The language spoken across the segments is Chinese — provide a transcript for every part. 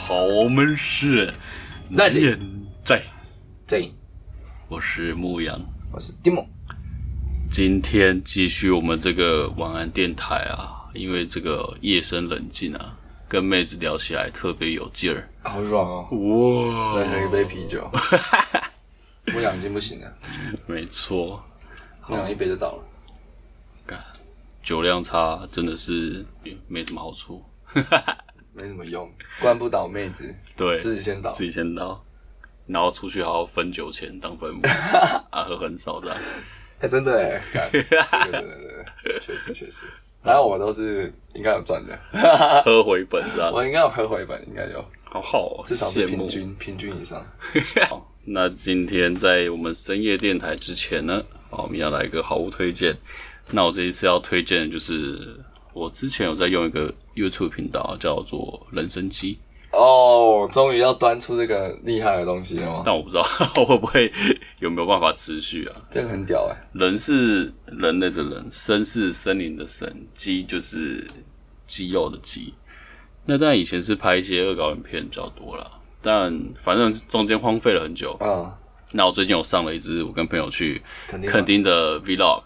好，我们是男人在，我是牧羊， 我是丁梦。 今天继续我们这个晚安电台啊，因为这个夜深人静啊，跟妹子聊起来特别有劲儿， 好爽哦！ 哇， 再喝一杯啤酒，牧羊已经不行了， 没错， 牧羊一杯就倒了。 酒量差真的是没什么好处， 没什么用，灌不倒妹子， 对， 自己先倒， 然后出去好好分酒钱当分母，喝很少这样。 真的耶，干，这个真的，确实。然后我都是应该有赚的， 喝回本这样。 我应该有喝回本，应该有， 好好哦， 至少是平均以上。 好，那今天在我们深夜电台之前呢，我们要来一个好物推荐。那我这一次要推荐的就是我之前有在用一个 YouTube 频道叫做人参鸡。 哦，终于要端出这个厉害的东西了吗？ 但我不知道会不会有没有办法持续啊？ 这个很屌欸。 人是人类的人，参是森林的参，鸡就是鸡肉的鸡。那当然以前是拍一些恶搞影片比较多啦，但反正中间荒废了很久。那我最近有上了一支我跟朋友去垦丁的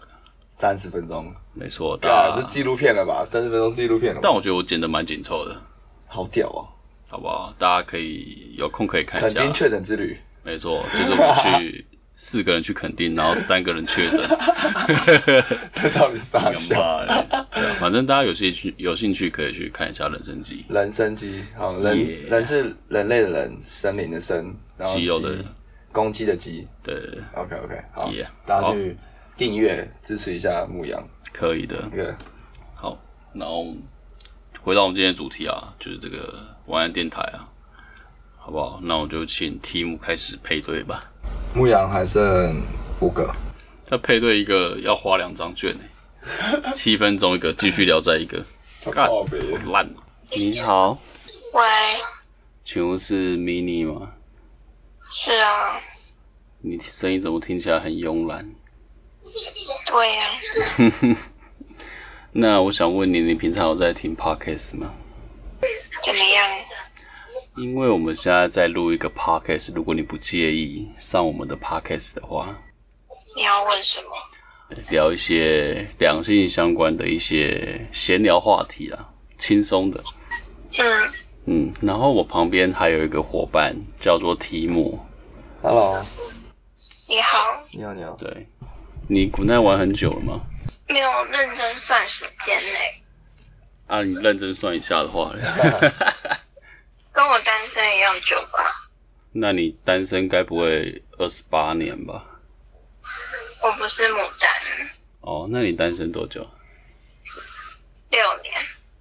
Vlog。30 分钟， 没错， 这纪录片了吧？30分钟纪录片了吧？ 但我觉得我剪得蛮紧凑的， 好屌哦！ 好不好？大家可以有空可以看一下。 垦丁确诊之旅， 没错，就是我们去4个人去垦丁，然后3个人确诊。 这到底啥小？ 反正大家有兴趣可以去看一下人参鸡。 人参鸡，好，人是人类的人，森林的森，然后鸡肉的公鸡的鸡。 对 ，OK， 好，大家去订阅支持一下牧羊， 可以的。好，然后回到我们今天的主题啊，就是这个晚安电台啊，好不好？那我就请题目开始配对吧。 牧羊还剩5个， 他配对一个要花2张券7分钟一个，继续聊再一个， 靠北烂哦。你好， 喂， 请问是 mini 吗？ 是啊。 你声音怎么听起来很慵懒？ 对呀。 那我想问你，你平常有在听 podcast 吗？ 怎么样？ 因为我们现在在录一个 podcast， 如果你不介意上我们的 podcast 的话， 你要问什么？ 聊一些两性相关的一些闲聊话题啦，轻松的。然后我旁边还有一个伙伴叫做提姆。 Hello。 你好。 你好。 对，你古奈玩很久了吗？ 没有认真算时间嘞。 啊，你认真算一下的话嘞。 跟我单身一样久吧？ 那你单身该不会28年吧？ 我不是牡丹。 哦，那你单身多久 ？6年。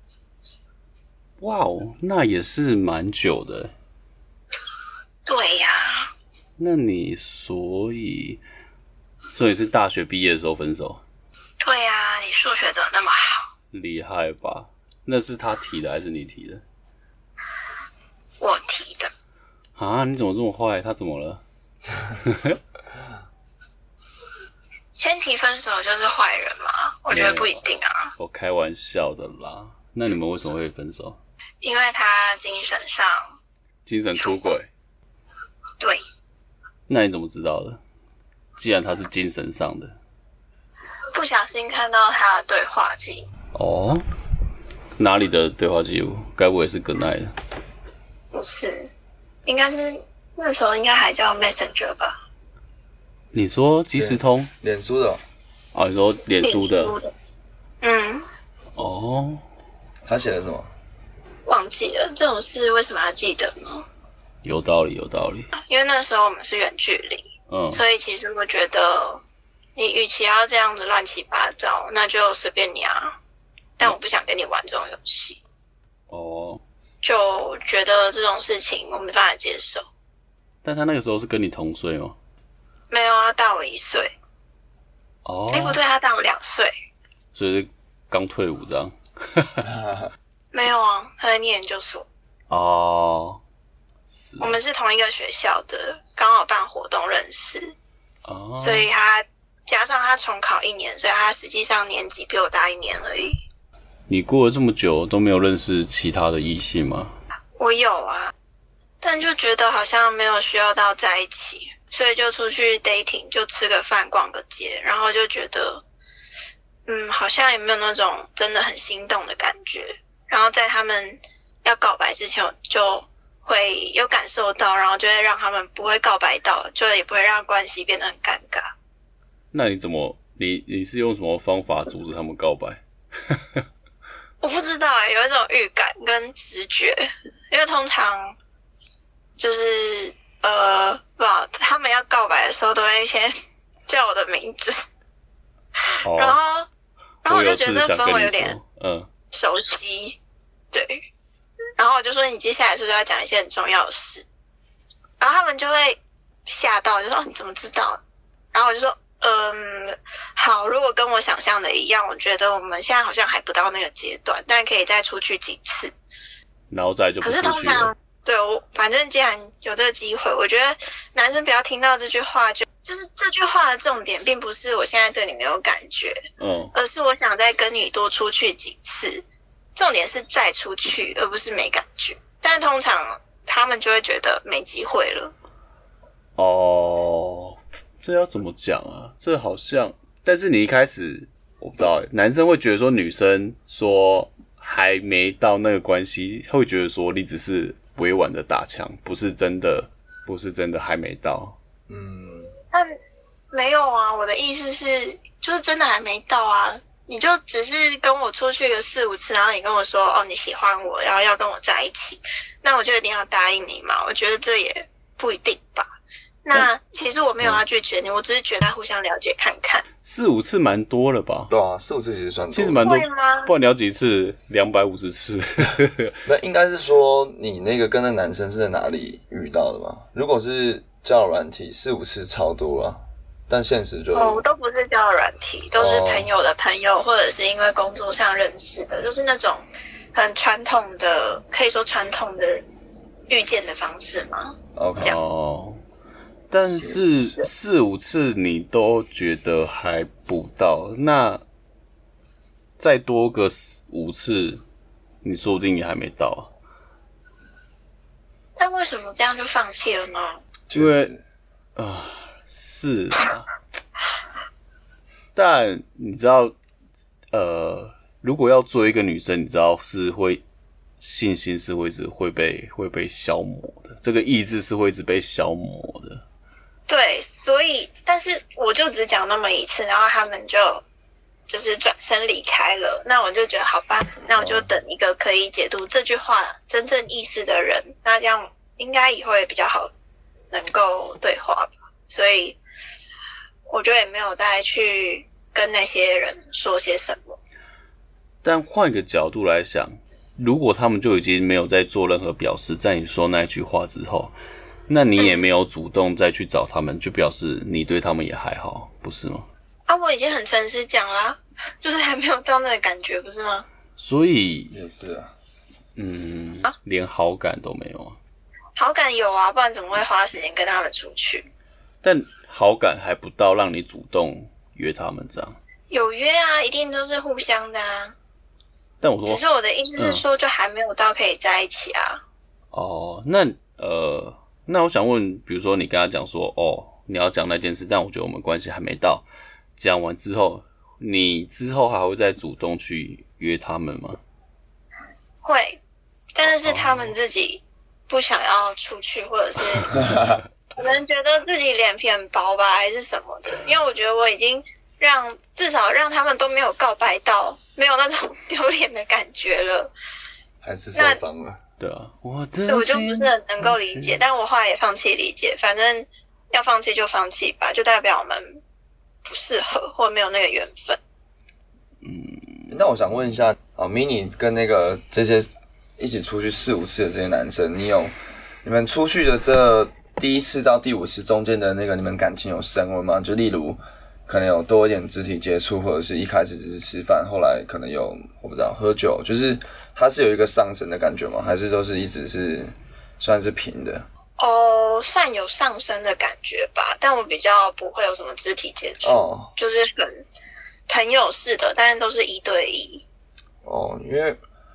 哇哦，那也是蛮久的。 对呀。 那你所以是大学毕业的时候分手？ 对呀，你数学怎么那么好？ 厉害吧？那是他提的还是你提的？ 我提的。 啊，你怎么这么坏？他怎么了？ 先提分手就是坏人吗？我觉得不一定啊。 我开玩笑的啦。那你们为什么会分手？ 因为他精神出轨。 对。 那你怎么知道的？既然他是精神上的。 不小心看到他的对话记录。 哦，哪里的对话记录？该不会是梗爱的？ 不是，应该是那时候应该还叫 Messenger 吧？ 你说即时通？ 脸书的。 哦，你说脸书的。哦， 他写的什么？ 忘记了。这种事为什么要记得呢？ 有道理。 因为那时候我们是远距离，所以其实我觉得你与其要这样子乱七八糟，那就随便你啊。但我不想跟你玩这种游戏。 哦。 就觉得这种事情我没办法接受。 但他那个时候是跟你同岁吗？ 没有啊，大我1岁。 哦。 不对，他大我2岁。 所以是刚退伍这样。 没有啊，他在念研究所。 哦。 我们是同一个学校的，刚好办活动认识。哦。所以他加上他重考1年，所以他实际上年纪比我大1年而已。 你过了这么久都没有认识其他的异性吗？ 我有啊。 但就觉得好像没有需要到在一起，所以就出去 dating， 就吃个饭逛个街，然后就觉得好像也没有那种真的很心动的感觉，然后在他们要告白之前就会有感受到，然后就会让他们不会告白到，就也不会让关系变得很尴尬。 那你怎么你是用什么方法阻止他们告白？ 我不知道有一种预感跟直觉，因为通常就是他们要告白的时候都会先叫我的名字，然后我就觉得这氛围有点熟悉，对，然后我就说你接下来是不是要讲一些很重要的事，然后他们就会吓到，就说你怎么知道？然后我就说好，如果跟我想象的一样，我觉得我们现在好像还不到那个阶段，但可以再出去几次， 然后再就不出去了。 可是通常对我反正既然有这个机会，我觉得男生不要听到这句话就是这句话的重点并不是我现在对你没有感觉，而是我想再跟你多出去几次，重点是再出去而不是没感觉，但通常他们就会觉得没机会了。 这要怎么讲啊？这好像，但是你一开始我不知道男生会觉得说女生说还没到那个关系，会觉得说你只是委婉的打枪，不是真的还没到。 但没有啊，我的意思是就是真的还没到啊，你就只是跟我出去个4-5次，然后你跟我说你喜欢我，然后要跟我在一起，那我就一定要答应你嘛？我觉得这也不一定吧。那其实我没有要拒绝你，我只是觉得互相了解看看。 4-5次蛮多了吧？ 对啊，4-5次其实算多， 其实蛮多。不然聊几次？250次。 那应该是说你那个跟那男生是在哪里遇到的吗？如果是交友软体，4-5次超多了，但现实就都不是交友软体，都是朋友的朋友，或者是因为工作上认识的，就是那种很传统的，可以说传统的遇见的方式嘛。 OK。 但是4-5次你都觉得还不到，那再多个5次，你说不定也还没到啊。 但为什么这样就放弃了呢？ 因为是啊，但你知道，如果要追一个女生，你知道是会信心是会一直会被消磨的，这个意志是会一直被消磨的。 对，所以但是我就只讲那么一次，然后他们就是转身离开了，那我就觉得好吧，那我就等一个可以解读这句话真正意思的人，那这样应该以后也比较好能够对话吧，所以我就也没有再去跟那些人说些什么。 但换一个角度来想，如果他们就已经没有再做任何表示，在你说那句话之后，那你也没有主动再去找他们，就表示你对他们也还好，不是吗？ 我已经很诚实讲啦，就是还没有到那个感觉，不是吗？ 所以也是啊， 连好感都没有啊。 好感有啊，不然怎么会花时间跟他们出去？ 但好感还不到让你主动约他们这样。有约啊，一定都是互相的啊。 但我说， 只是我的意思是说，就还没有到可以在一起啊。 那我想问，比如说你跟他讲说，你要讲那件事，但我觉得我们关系还没到。讲完之后，你之后还会再主动去约他们吗？ 会，但是他们自己不想要出去，或者是可能觉得自己脸皮很薄吧，还是什么的。因为我觉得我已经至少让他们都没有告白到，没有那种丢脸的感觉了， 还是受伤了。 对啊， 我就不是很能够理解，但我后来也放弃理解，反正要放弃就放弃吧，就代表我们不适合或没有那个缘分。 那我想问一下，mini 跟那个这些一起出去4-5次的这些男生，你们出去的这第1次到第5次中间的那个你们感情有升温吗？就例如可能有多一点肢体接触，或者是一开始只是吃饭，后来可能有我不知道喝酒，就是它是有一个上升的感觉吗？还是都是一直是算是平的？ 算有上升的感觉吧，但我比较不会有什么肢体接触，就是很朋友式的，但是都是1对1。 因为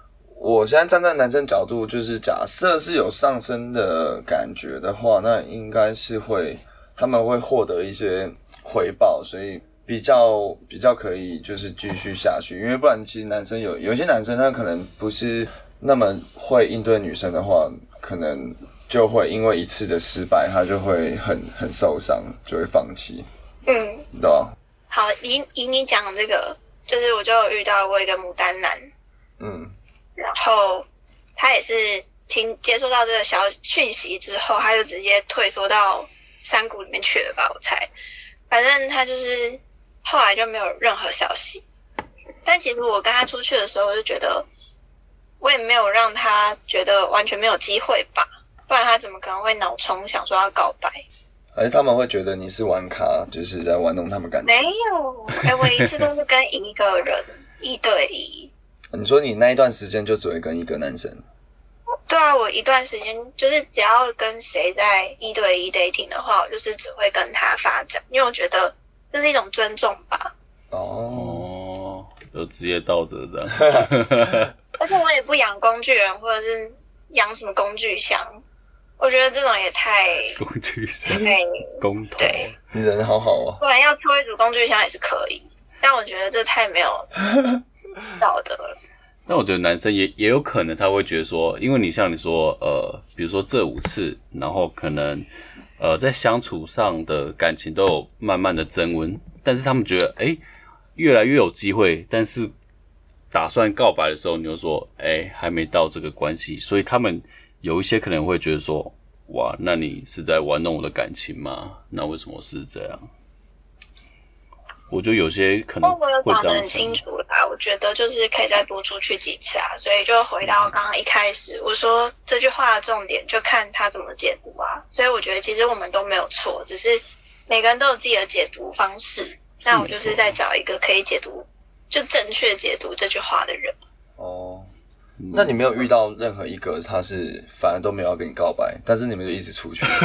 我现在站在男生角度，就是假设是有上升的感觉的话，那应该是他们会获得一些回报，所以比较可以就是继续下去，因为不然其实男生有些男生他可能不是那么会应对女生的话，可能就会因为一次的失败，他就会很受伤，就会放弃。你知道吗？ 好，以你讲这个，就是我就有遇到过一个牡丹男，然后他也是接收到这个讯息之后，他就直接退缩到山谷里面去了吧，我猜。反正他就是后来就没有任何消息。但其实我跟他出去的时候，我就觉得我也没有让他觉得完全没有机会吧，不然他怎么可能会脑冲想说要告白？ 而且他们会觉得你是玩咖，就是在玩弄他们感情。 没有，我一次都是跟一个人1对1。 你说你那一段时间就只会跟一个男生？ 对啊，我一段时间就是只要跟谁在1对1 dating 的话，我就是只会跟他发展，因为我觉得这是一种尊重吧。 哦， 有职业道德的。 而且我也不养工具人，或者是养什么工具箱，我觉得这种也太工具箱、公头。 对， 你人好好哦。 不然要抽一组工具箱也是可以，但我觉得这太没有道德了。 但我觉得男生也有可能他会觉得说，因为你像你说比如说这5次，然后可能在相处上的感情都有慢慢的增温，但是他们觉得越来越有机会，但是打算告白的时候你就说还没到这个关系，所以他们有一些可能会觉得说，哇，那你是在玩弄我的感情吗？那为什么是这样？我觉得有些可能会这样想。 我有讲得很清楚啦，我觉得就是可以再多出去几次啊，所以就回到刚刚一开始我说这句话的重点，就看他怎么解读啊。所以我觉得其实我们都没有错，只是每个人都有自己的解读方式。那我就是在找一个可以解读，就正确解读这句话的人。 哦，那你没有遇到任何一个他是反而都没有要跟你告白，但是你们就一直出去？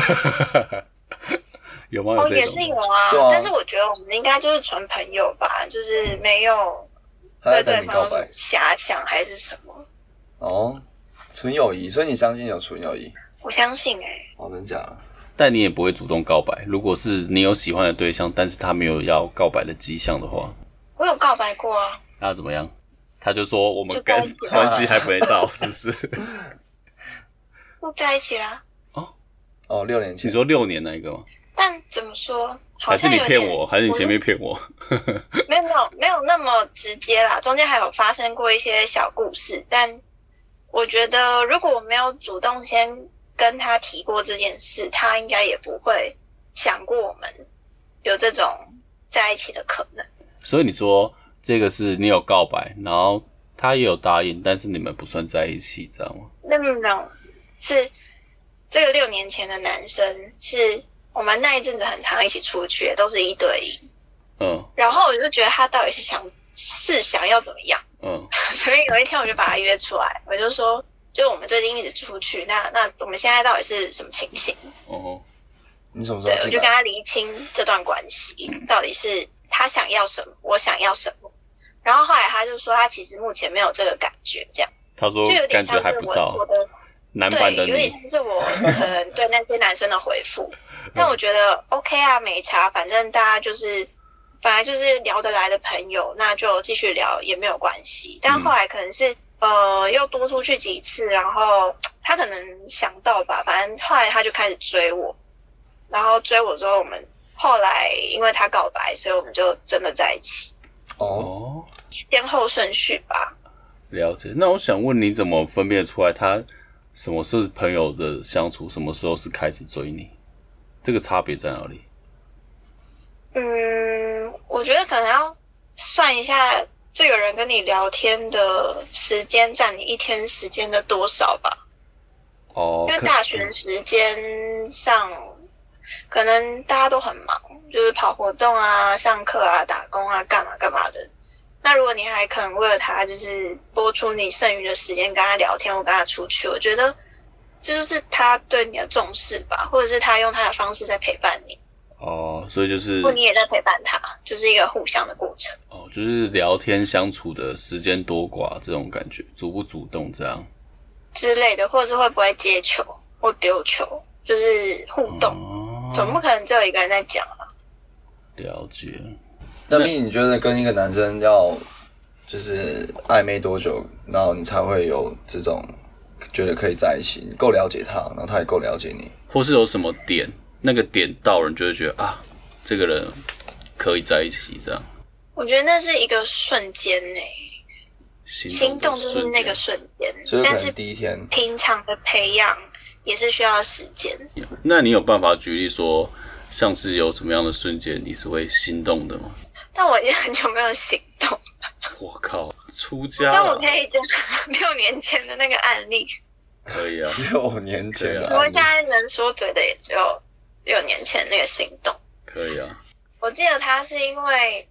有吗？有这种？ 也是有啊，但是我觉得我们应该就是纯朋友吧，就是没有对对方有遐想还是什么。 哦，纯友谊，所以你相信有纯友谊？ 我相信哦，真假？ 但你也不会主动告白。如果是你有喜欢的对象，但是他没有要告白的迹象的话， 我有告白过啊。 那怎么样？他就说我们关系还没到，是不是？ 就在一起啦。 哦，6年前。 你说6年那一个吗？ 但怎么说？ 还是你骗我？还是你前面骗我？ 没有那么直接啦，中间还有发生过一些小故事。但我觉得，如果我没有主动先跟他提过这件事，他应该也不会想过我们有这种在一起的可能。 所以你说这个是你有告白，然后他也有答应，但是你们不算在一起，知道吗？ 没有，是这个6年前的男生，是我们那一阵子很常一起出去，都是1对1。然后我就觉得他到底是想要怎么样？所以有一天我就把他约出来，我就说，就我们最近一直出去，那我们现在到底是什么情形？ 你什么时候？ 对，我就跟他厘清这段关系到底是他想要什么，我想要什么。然后后来他就说，他其实目前没有这个感觉，这样。 他说感觉还不到。男版的你， 对，有点像是我可能对那些男生的回复。但我觉得 OK 啊，没差，反正大家就是本来就是聊得来的朋友，那就继续聊也没有关系。但后来可能是又多出去几次，然后他可能想到吧，反正后来他就开始追我，然后追我之后，我们后来因为他告白，所以我们就真的在一起。先后顺序吧。 了解。那我想问你怎么分辨出来他什么是朋友的相处，什么时候是开始追你？这个差别在哪里？ 我觉得可能要算一下这个人跟你聊天的时间占你一天时间的多少吧。因为大学时间上可能大家都很忙，就是跑活动啊、上课啊、打工啊、干嘛干嘛的。那如果你还可能为了他，就是拨出你剩余的时间跟他聊天或跟他出去，我觉得这就是他对你的重视吧，或者是他用他的方式在陪伴你。 哦，所以就是或你也在陪伴他，就是一个互相的过程。 哦，就是聊天相处的时间多寡这种感觉，主不主动这样之类的，或者是会不会接球或丢球，就是互动。总不可能只有一个人在讲啊。 了解。 那你觉得跟一个男生要就是暧昧多久，然后你才会有这种觉得可以在一起？你够了解他，然后他也够了解你， 或是有什么点，那个点到人就会觉得啊，这个人可以在一起这样。 我觉得那是一个瞬间心动就是那个瞬间， 所以可能第一天平常的培养也是需要时间。 那你有办法举例说，像是有什么样的瞬间你是会心动的吗？ 但我已经很久没有行动。 我靠，出家了。 但我可以讲6年前的那个案例。 可以啊 ，6年前的案例。 我现在能说嘴的也只有6年前那个行动。 可以啊。 我记得他是因为，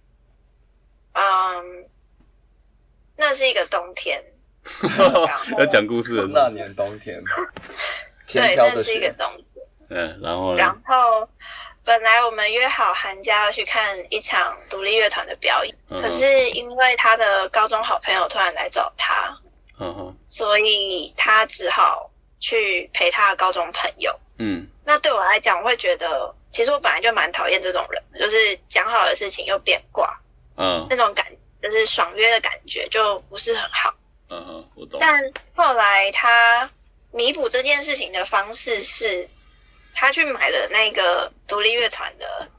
那是一个冬天。 要讲故事的是那年冬天， 对，那是一个冬天。然后呢？ 然后本来我们约好寒假要去看一场独立乐团的表演，可是因为他的高中好朋友突然来找他，所以他只好去陪他的高中朋友。那对我来讲，我会觉得，其实我本来就蛮讨厌这种人，就是讲好的事情又变卦，那种感就是爽约的感觉就不是很好。 我懂。 但后来他弥补这件事情的方式是，他去买了那个独立乐团的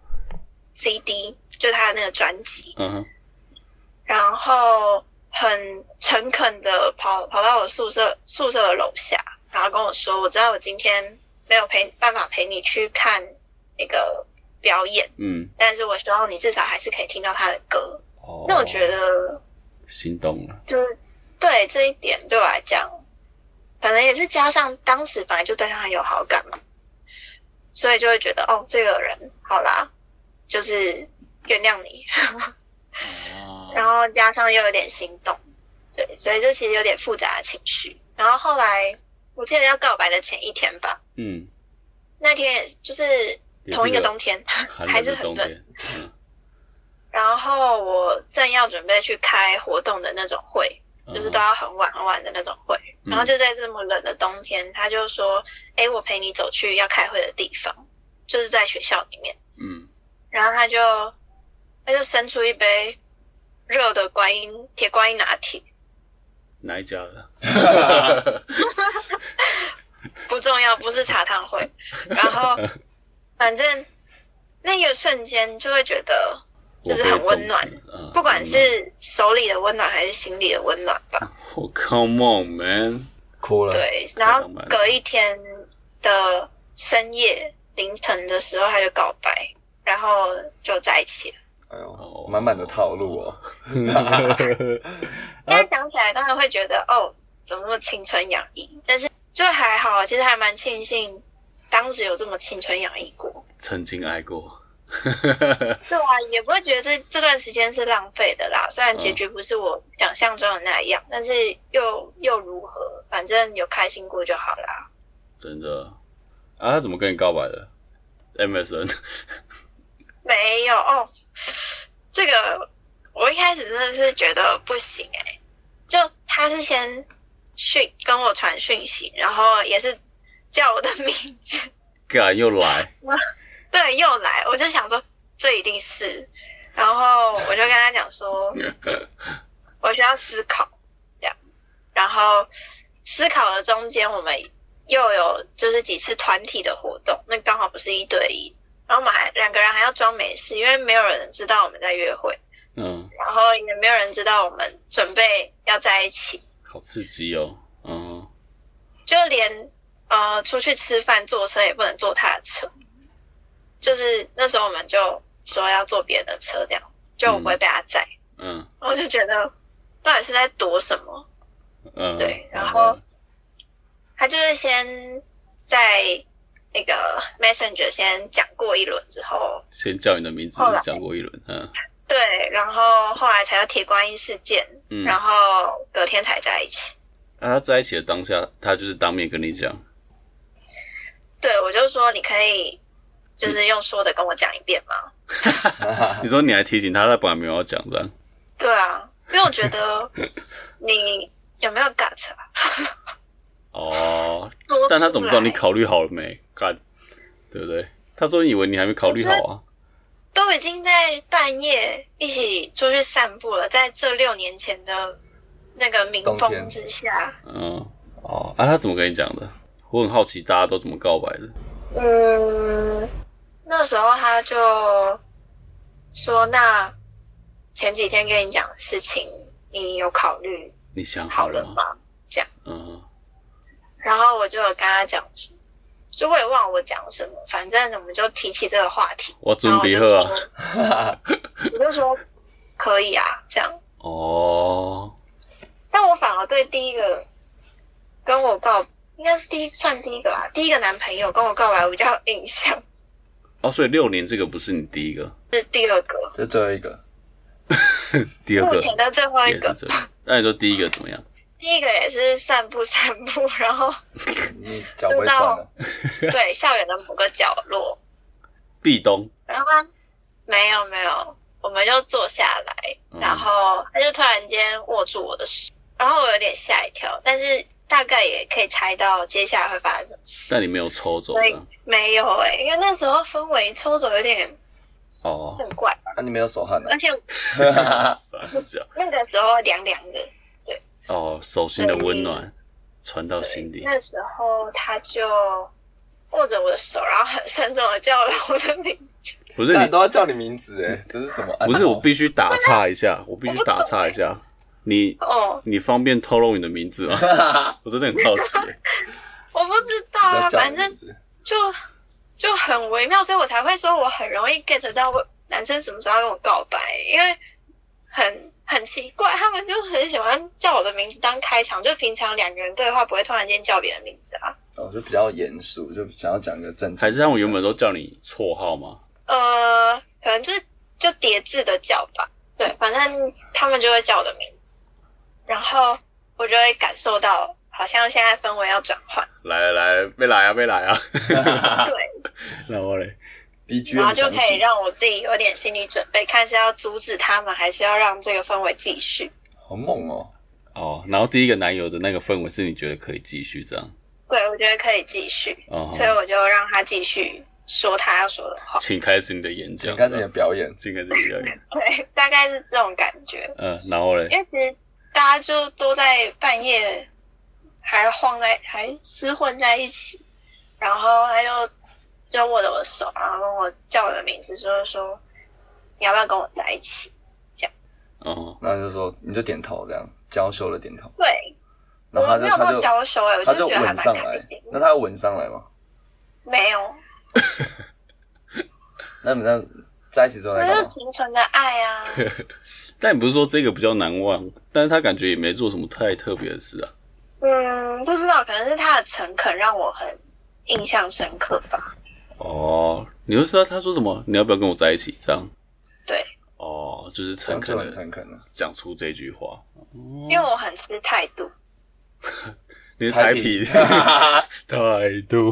CD， 就他的那个专辑，然后很诚恳的跑到我宿舍的楼下，然后跟我说，我知道我今天没有办法陪你去看那个表演，但是我希望你至少还是可以听到他的歌。那我觉得心动了， 就是对这一点对我来讲，可能也是加上当时本来就对他很有好感嘛，所以就会觉得这个人好啦，就是原谅你，然后加上又有点心动，对，所以这其实有点复杂的情绪。然后后来我记得要告白的前一天吧，那天也就是同一个冬天，还是很冷。然后我正要准备去开活动的那种会，就是都要很晚很晚的那种会，然后就在这么冷的冬天，他就说我陪你走去要开会的地方，就是在学校里面。然后他就伸出一杯热的铁观音拿铁。 哪一家的？ 不重要，不是茶汤会。然后反正那个瞬间就会觉得就是很温暖，不管是手里的温暖还是心里的温暖吧。 Come on, man， 哭了。 对，然后隔一天的深夜凌晨的时候，他就告白，然后就在一起了。 哎呦，满满的套路哦。 现在想起来，当然会觉得怎么那么青春洋溢？但是就还好，其实还蛮庆幸当时有这么青春洋溢过， 曾经爱过。 对啊，也不会觉得这段时间是浪费的啦。虽然结局不是我想象中的那样，但是又如何？反正有开心过就好啦。 真的啊？他怎么跟你告白的 ？MSN 没有这个我一开始真的是觉得不行就他是先跟我传讯息，然后也是叫我的名字， 干又来。 对，又来，我就想说这一定是，然后我就跟他讲说，我需要思考，这样，然后思考的中间，我们又有就是几次团体的活动，那刚好不是1对1，然后我们2个人还要装没事，因为没有人知道我们在约会，然后也没有人知道我们准备要在一起， 好刺激哦， 就连出去吃饭坐车也不能坐他的车。就是那时候我们就说要坐别人的车，这样就我不会被他载。我就觉得到底是在躲什么？对，然后他就是先在那个 Messenger 先讲过一轮之后， 先叫你的名字讲过一轮， 对，然后后来才有铁观音事件，然后隔天才在一起。 他在一起的当下，他就是当面跟你讲。 对，我就说你可以。 就是用说的跟我讲一遍吗？ 你说你还提醒他，他本来没有要讲这样。 对啊，因为我觉得你有没有 gut 啊？ 哦，但他怎么知道你考虑好了没？干，对不对？他说以为你还没考虑好啊。 都已经在半夜一起出去散步了，在这6年前的那个民风之下。 他怎么跟你讲的？我很好奇大家都怎么告白的。 那时候他就说，那前几天跟你讲的事情，你有考虑？ 你想好了吗？这样。然后我就有跟他讲，就我也忘了我讲什么，反正我们就提起这个话题。 我准备好啊。 我就说可以啊，这样。但我反而对第一个跟我应该是算第一个吧，第一个男朋友跟我告白我比较有印象。 所以6年这个不是你第一个， 是第二个， 这最后一个， 第二个目前的最后一个。 那你说第一个怎么样？ 第一个也是散步，然后你脚不会酸了？ 对，校园的某个角落， 壁咚。 然后没有，我们就坐下来，然后他就突然间握住我的手，然后我有点吓一跳，但是大概也可以猜到接下来会发生什么事。 但你没有抽走的？ 没有因为那时候氛围抽走有点很怪。 你没有手汗啊？ 而且那个时候凉凉的，对。 手心的温暖传到心里。 那时候他就握着我的手，然后很慎重的叫了我的名字。 不是， 你都要叫你名字这是什么？ 不是，我必须打岔一下，你方便透露你的名字吗？我真的很好奇。 我不知道啊，反正就很微妙，所以我才会说我很容易 get 到男生什么时候要跟我告白，因为很奇怪，他们就很喜欢叫我的名字当开场，就平常2个人对话不会突然间叫别人名字啊。 就比较严肃，就想要讲一个正经。 还是他们原本都叫你绰号吗？ 可能就叠字的叫吧。对，反正他们就会叫我的名字，然后我就会感受到好像现在氛围要转换。 来，别来啊！ 对。 然后嘞， 然后就可以让我自己有点心理准备，看是要阻止他们，还是要让这个氛围继续。 好猛哦！ 然后第一个男友的那个氛围是你觉得可以继续这样？ 对，我觉得可以继续，所以我就让他继续说他要说的话。 请开始你的演讲， 请开始你的表演， 对，大概是这种感觉。 然后嘞， 因为其实大家就都在半夜还厮混在一起，然后他就握着我的手，然后跟我叫我的名字，就是说你要不要跟我在一起？这样。 那就说你就点头，这样娇羞的点头。 对。 然后我没有到娇羞我就觉得还蛮开心。 那他要吻上来吗？ 没有。 那你们在一起之后， 那是纯纯的爱啊。 但你不是说这个比较难忘，但是他感觉也没做什么太特别的事啊。 不知道，可能是他的诚恳让我很印象深刻吧。 你就说他说什么？你要不要跟我在一起？这样。 对。 就是诚恳的讲出这句话。 因为我很吃态度。 你是台啤，态度，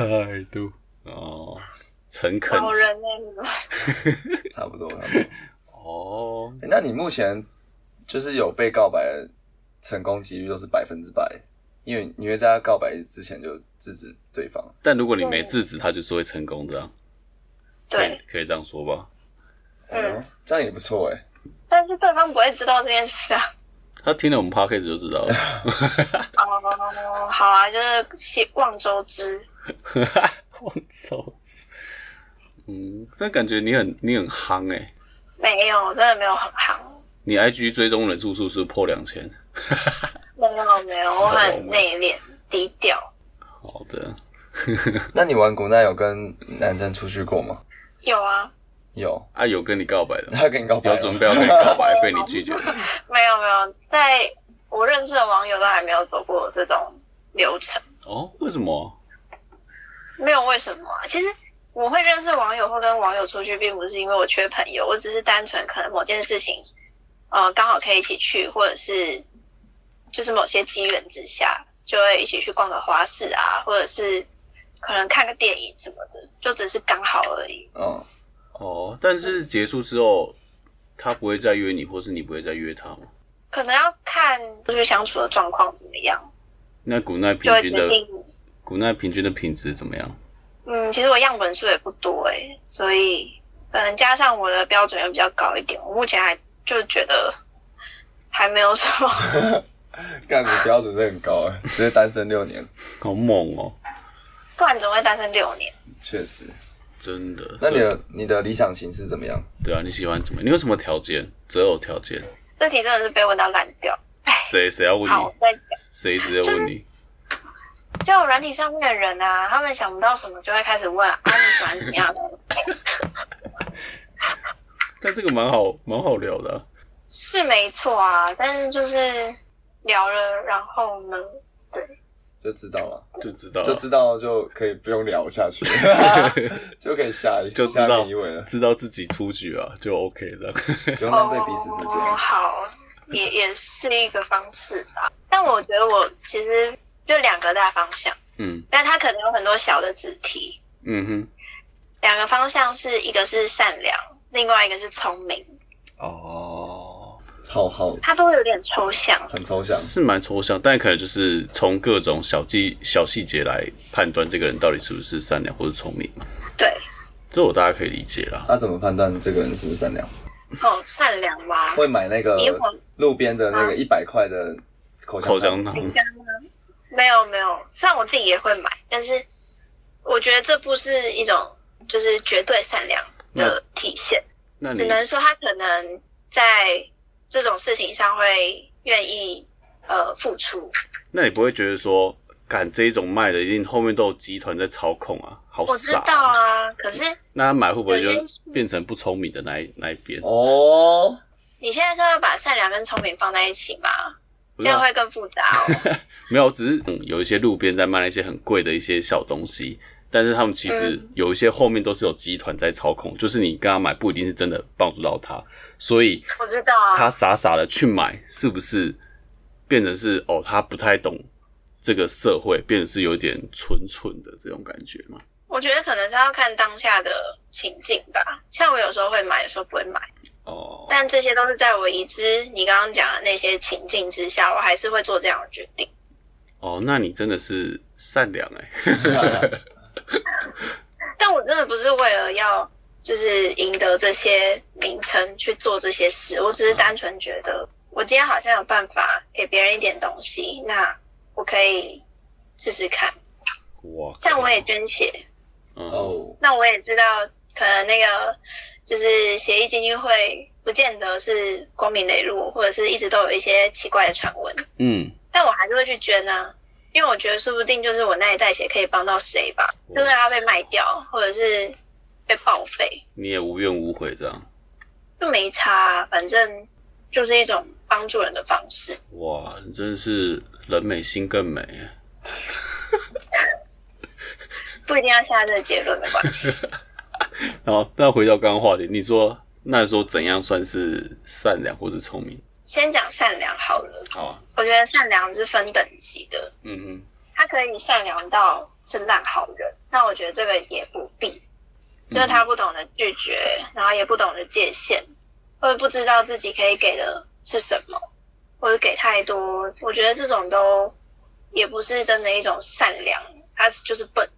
诚恳。 老人差不多。 那你目前就是有被告白的成功几率都是100%，因为你会在他告白之前就制止对方。 但如果你没制止，他就是会成功这样。 对， 可以这样说吧。 这样也不错但是对方不会知道这件事啊。 他听了我们 podcast 就知道了。 好啊，就是望周知。 望周知。但感觉你很夯没有，真的没有很夯。 你 IG 追踪人数是不是破2000？ 没有，我很内敛低调。 好的。 那你玩古奈有跟男生出去过吗？ 有啊。 有跟你告白的？ 他跟你告白？ 有准备要跟你告白，被你拒绝？ 没有，在我认识的网友都还没有走过这种流程。 为什么？ 没有为什么啊？其实我会认识网友或跟网友出去，并不是因为我缺朋友，我只是单纯可能某件事情，刚好可以一起去，或者是就是某些机缘之下，就会一起去逛个花市啊，或者是可能看个电影什么的，就只是刚好而已。 但是结束之后，他不会再约你，或是你不会再约他吗？ 可能要看就是相处的状况怎么样。 那古奈平均的品质怎么样？ 其实我样本数也不多所以可能加上我的标准又比较高一点，我目前还就觉得还没有什么。 干你标准是很高直接单身6年， 好猛哦！ 不然怎么会单身6年？ 确实， 真的。 那你的理想型是怎么样？对啊，你喜欢怎么样？你有什么条件？择偶条件？ 这题真的是被问到烂掉。 谁要问你？ 好，我再讲。 谁直接问你？ 就软体上面的人啊，他们想不到什么就会开始问你喜欢怎么样的？ 但这个蛮好聊的是没错啊，但是就是聊了，然后呢，对， 就知道了， 就知道就可以不用聊下去，就可以下一位了， 知道自己出局啊，就 OK 的， 不用浪费彼此时间。 好，也是一个方式吧。但我觉得我其实就2个大方向，但它可能有很多小的子题，2个方向是一个是善良，另外一个是聪明。 好， 它都有点抽象， 很抽象， 是蛮抽象，但可能就是从各种小细节来判断这个人到底是不是善良或是聪明嘛。 对， 这我大家可以理解啦。 那怎么判断这个人是不是善良？ 善良吗？ 会买那个路边的那个100块的口香糖？ 没有，虽然我自己也会买，但是我觉得这不是一种就是绝对善良的体现，只能说他可能在这种事情上会愿意付出。那你不会觉得说，干这一种卖的一定后面都有集团在操控啊？好傻！ 我知道啊，可是那他买会不会就变成不聪明的那一边？ 你现在是要把善良跟聪明放在一起吗？这样会更复杂没有，只是有一些路边在卖那些很贵的一些小东西，但是他们其实有一些后面都是有集团在操控，就是你跟他买不一定是真的帮助到他。所以我知道啊， 他傻傻的去买，是不是变成是他不太懂这个社会，变成是有点蠢的这种感觉吗？ 我觉得可能是要看当下的情境吧。像我有时候会买，有时候不会买。但这些都是在我已知你刚刚讲的那些情境之下，我还是会做这样的决定。 那你真的是善良但我真的不是为了要就是赢得这些名称去做这些事，我只是单纯觉得我今天好像有办法给别人一点东西，那我可以试试看。像我也捐血，那我也知道可能那个就是血液基金会不见得是光明磊落，或者是一直都有一些奇怪的传闻，但我还是会去捐啊，因为我觉得说不定就是我那一袋血可以帮到谁吧，就算它被卖掉或者是被报废， 你也无怨无悔这样， 就没差反正就是一种帮助人的方式。 哇，你真是人美心更美不一定要下这个结论，没关系。 好，那回到刚刚话题，你说怎样算是善良或是聪明？ 先讲善良好了。 好啊。 我觉得善良是分等级的。他可以善良到是烂好人，那我觉得这个也不必，就是他不懂得拒绝，然后也不懂得界限，或者不知道自己可以给的是什么，或者给太多，我觉得这种都也不是真的一种善良，他就是笨。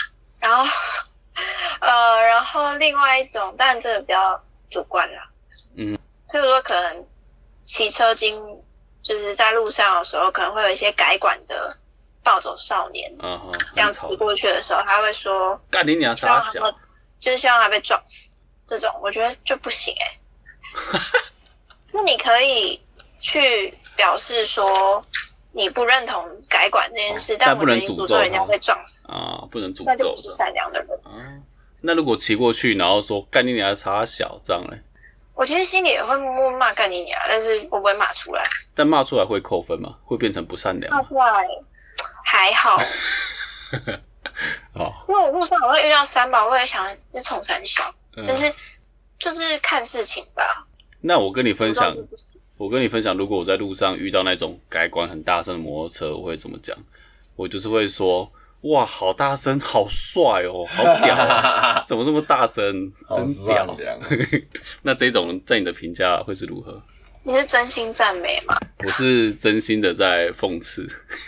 然后另外一种，当然这个比较主观啦。譬如说可能骑车就是在路上的时候，可能会有一些改管的暴走少年，这样骑过去的时候，他会说干你娘傻小， 就是希望他被撞死，这种我觉得就不行那你可以去表示说你不认同改管这件事，但不能诅咒人家被撞死不能诅咒， 那就不是善良的人那如果骑过去，然后说干你娘傻小这样嘞？ 我其实心里也会默默骂干你娘，但是我不会骂出来。 但骂出来会扣分吗？会变成不善良吗？ 骂出来还好因为我路上我会遇到三宝，我也想是冲三小，但是就是看事情吧。 那我跟你分享，如果我在路上遇到那种改管很大声的摩托车，我会怎么讲？我就是会说， 哇，好大声，好帅哦，好屌哦，怎么这么大声？真屌！那这种在你的评价会是如何？ 你是真心赞美吗？ 我是真心的在讽刺。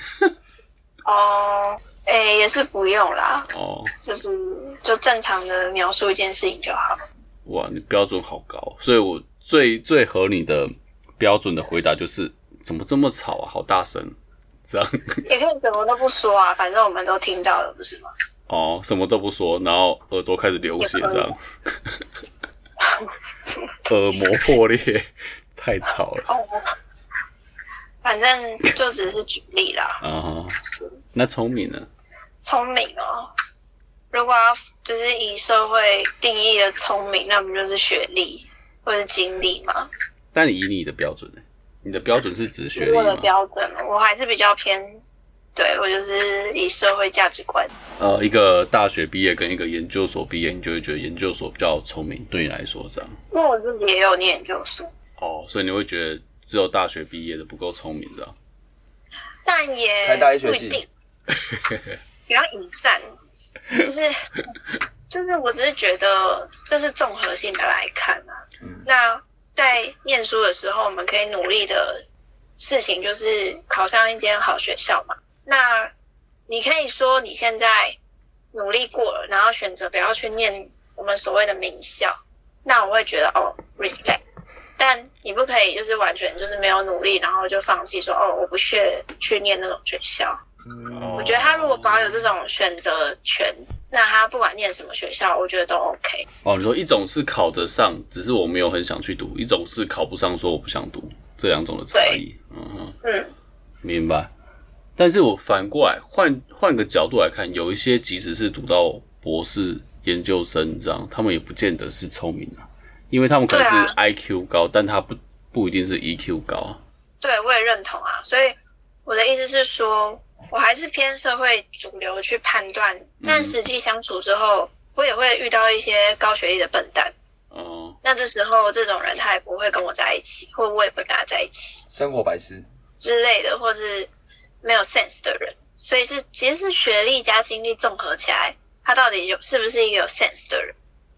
哦，也是不用啦。 哦， 就正常的描述一件事情就好。 哇，你标准好高，所以我最合你的标准的回答就是怎么这么吵啊，好大声。这样也可以什么都不说啊，反正我们都听到了，不是吗？ 哦，什么都不说，然后耳朵开始流血，这样，耳膜破裂，太吵了。 哦，反正就只是举例啦。 啊，那聪明呢？ 聪明哦，如果要就是以社会定义的聪明，那不就是学历或者经历吗？ 但以你的标准呢？你的标准是指学历吗？ 我的标准，我还是比较偏，对，我就是以社会价值观。 一个大学毕业跟一个研究所毕业，你就会觉得研究所比较聪明，对你来说这样。 因为我自己也有念研究所。 哦，所以你会觉得只有大学毕业的不够聪明，这样？ 但也台大医学系不一定，比较引战，就是我只是觉得这是综合性的来看啊。那在念书的时候，我们可以努力的事情就是考上一间好学校嘛。那你可以说你现在努力过了，然后选择不要去念我们所谓的名校，那我会觉得respect。但你不可以就是完全就是没有努力，然后就放弃说我不屑去念那种学校。我觉得他如果保有这种选择权，那他不管念什么学校，我觉得都 OK。 哦，你说一种是考得上，只是我没有很想去读；一种是考不上，说我不想读，这两种的差异。明白。但是我反过来换个角度来看，有一些即使是读到博士、研究生这样，他们也不见得是聪明啊，因为他们可能是 IQ 高，但他不一定是 EQ 高啊。 对，我也认同啊。所以我的意思是说，我还是偏社会主流去判断，但实际相处之后，我也会遇到一些高学历的笨蛋。那这时候这种人他也不会跟我在一起，或我也不会跟他在一起， 生活白痴之类的，或是没有 sense 的人。所以其实是学历加经历综合起来，他到底是不是一个有 sense 的人？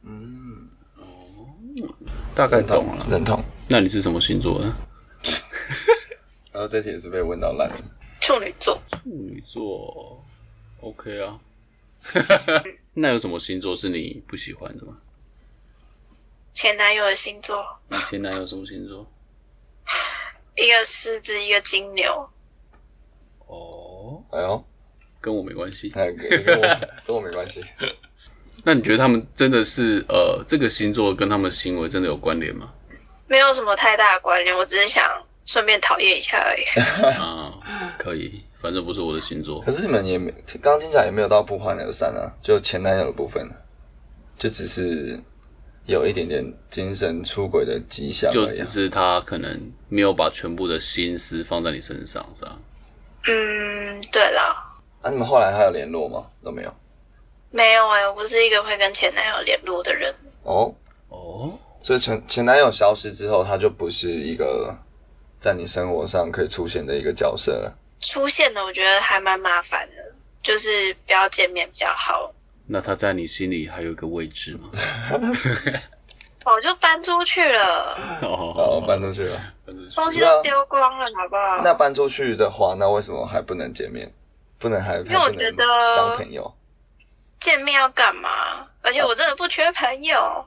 大概懂了， 认同。 那你是什么星座的？ 然后这题也是被问到烂了。 处女座。 处女座 ，OK 啊。那有什么星座是你不喜欢的吗？ 前男友的星座。 你前男友什么星座？ 一个狮子，一个金牛。 哦， 哎呦， 跟我没关系。 跟我没关系。 那你觉得他们真的是这个星座跟他们的行为真的有关联吗？ 没有什么太大的关联，我只是想顺便讨厌一下而已。 可以，反正不是我的星座。 可是你们也刚刚听起来也没有到不欢而散啊，就前男友的部分，就只是有一点点精神出轨的迹象而已， 就只是他可能没有把全部的心思放在你身上，这样。 对啦。 你们后来还有联络吗？都没有。 没有我不是一个会跟前男友联络的人。 所以前男友消失之后，他就不是一个在你生活上可以出现的一个角色了。 出现了，我觉得还蛮麻烦的，就是不要见面比较好。 那他在你心里还有一个位置吗？ 我就搬出去了。 搬出去了， 东西都丢光了，好不好？ 那搬出去的话，那为什么还不能见面？因为我觉得当朋友。 见面要干嘛？而且我真的不缺朋友。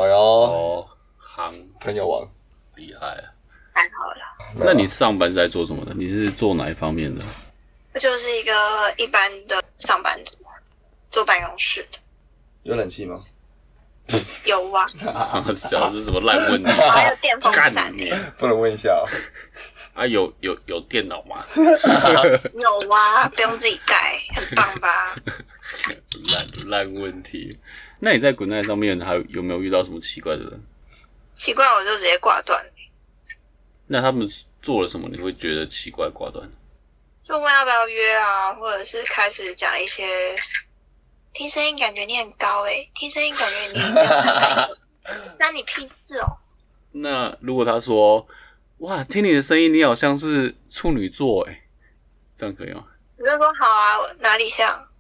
朋友王厉害啊！ 还好啦。 那你上班是在做什么的？你是做哪一方面的？ 就是一个一般的上班族，坐办公室的。 有冷气吗？ 有啊。 小这是什么烂问题？ 还有电风扇。 不能问一下有电脑吗？ 有啊，不用自己带，很棒吧？ 烂问题。那你在滚蛋上面还有没有遇到什么奇怪的人？ 奇怪，我就直接挂断。 那他们做了什么你会觉得奇怪挂断？ 就问要不要约啊，或者是开始讲一些听声音感觉你很高听声音感觉你很高那你屁事哦。 那如果他说哇听你的声音你好像是处女座这样可以吗？ 我就说好啊，哪里像？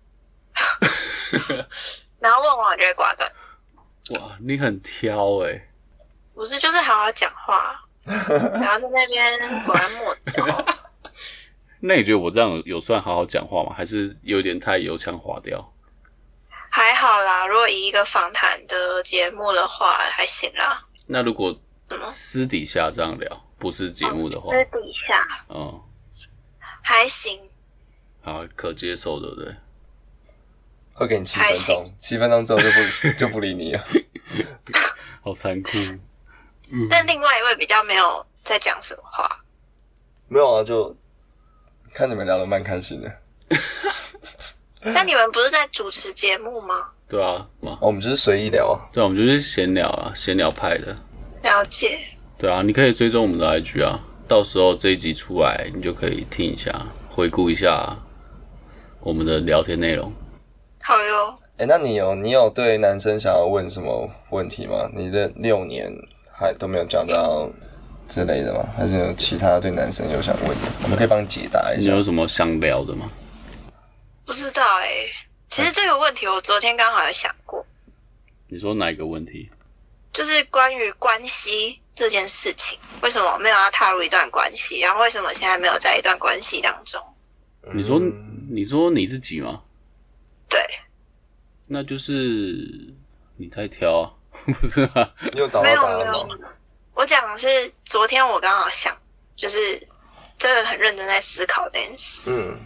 然后问完我就会挂断。 哇，你很挑不是，就是好好讲话，然后在那边果然抹掉。 那你觉得我这样有算好好讲话吗？还是有点太油腔滑调？ 还好啦，如果以一个访谈的节目的话，还行啦。 那如果私底下这样聊，不是节目的话， 私底下，还行， 好，可接受，对不对？ 会给你7分钟，7分钟之后就不理你了， 好残酷。 但另外一位比较没有在讲什么话， 没有啊，就看你们聊得蛮开心的。 但你们不是在主持节目吗？ 对啊， 我们就是随意聊啊。 对啊，我们就是闲聊啊，闲聊派的。 了解。 对啊，你可以追踪我们的 IG 啊，到时候这一集出来，你就可以听一下，回顾一下我们的聊天内容。 好哟。 那你有对男生想要问什么问题吗？你的6年还都没有交到之类的吗？还是有其他对男生有想问的？我们可以帮你解答一下。 你有什么想聊的吗？ 不知道其实这个问题我昨天刚好有想过。 你说哪一个问题？就是关于关系这件事情，为什么没有要踏入一段关系？然后为什么现在没有在一段关系当中？ 你说你自己吗？ 对。 那就是你太挑啊，不是吗？ 你有找到答案吗？ 我讲的是昨天我刚好想，就是真的很认真在思考这件事。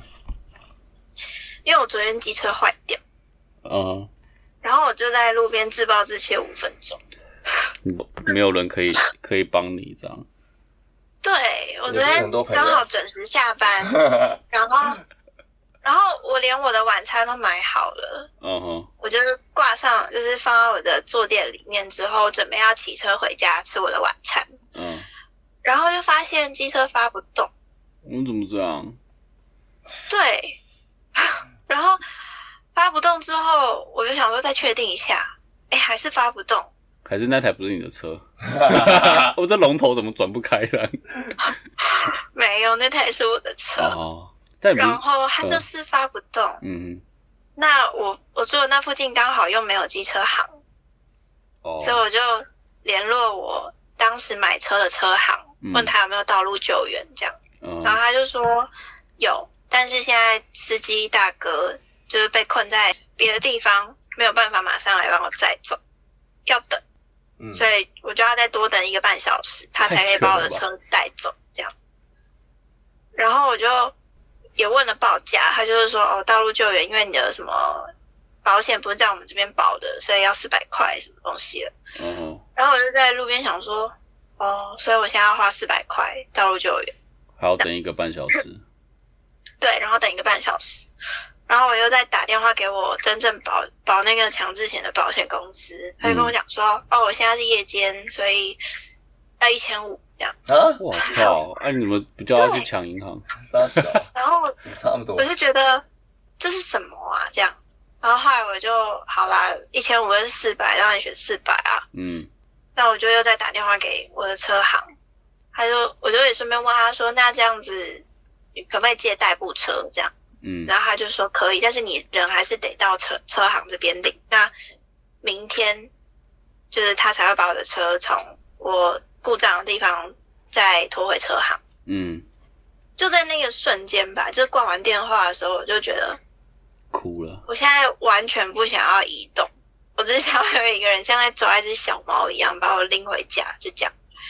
因为我昨天机车坏掉，然后我就在路边自暴自弃了5分钟。 没有人可以帮你这样。 对，我昨天刚好准时下班，然后我连我的晚餐都买好了，我就挂上，就是放到我的坐垫里面之后，准备要骑车回家吃我的晚餐。然后就发现机车发不动。 怎么这样？ 对，然后发不动之后，我就想说再确定一下，还是发不动。 还是那台不是你的车？我这龙头怎么转不开的？ 没有，那台是我的车。然后它就是发不动。那我住的那附近刚好又没有机车行，所以我就联络我当时买车的车行，问他有没有道路救援这样。然后他就说有，但是现在司机大哥就是被困在别的地方，没有办法马上来帮我载走，要等。所以我就要再多等1个半小时，他才可以把我的车带走这样。然后我就也问了报价，他就是说道路救援因为你的什么保险不是在我们这边保的，所以要400块什么东西了。然后我就在路边想说所以我现在要花400块道路救援， 还要等1个半小时。 对，然后等1个半小时，然后我又再打电话给我真正保那个强制险的保险公司，他就跟我讲说我现在是夜间，所以要1500这样。 我操！你们不叫他去抢银行？ 傻小。 然后差不多， 我就觉得这是什么啊？这样，然后后来我就好啦，1500跟400，当然选400啊。那我就又再打电话给我的车行，我就也顺便问他说，那这样子可不可以借代步车这样？然后他就说可以，但是你人还是得到车行这边领。那明天就是他才会把我的车从我故障的地方再拖回车行。就在那个瞬间吧，就是挂完电话的时候，我就觉得哭了。我现在完全不想要移动，我只是想要有一个人像在抓一只小猫一样把我拎回家，就这样。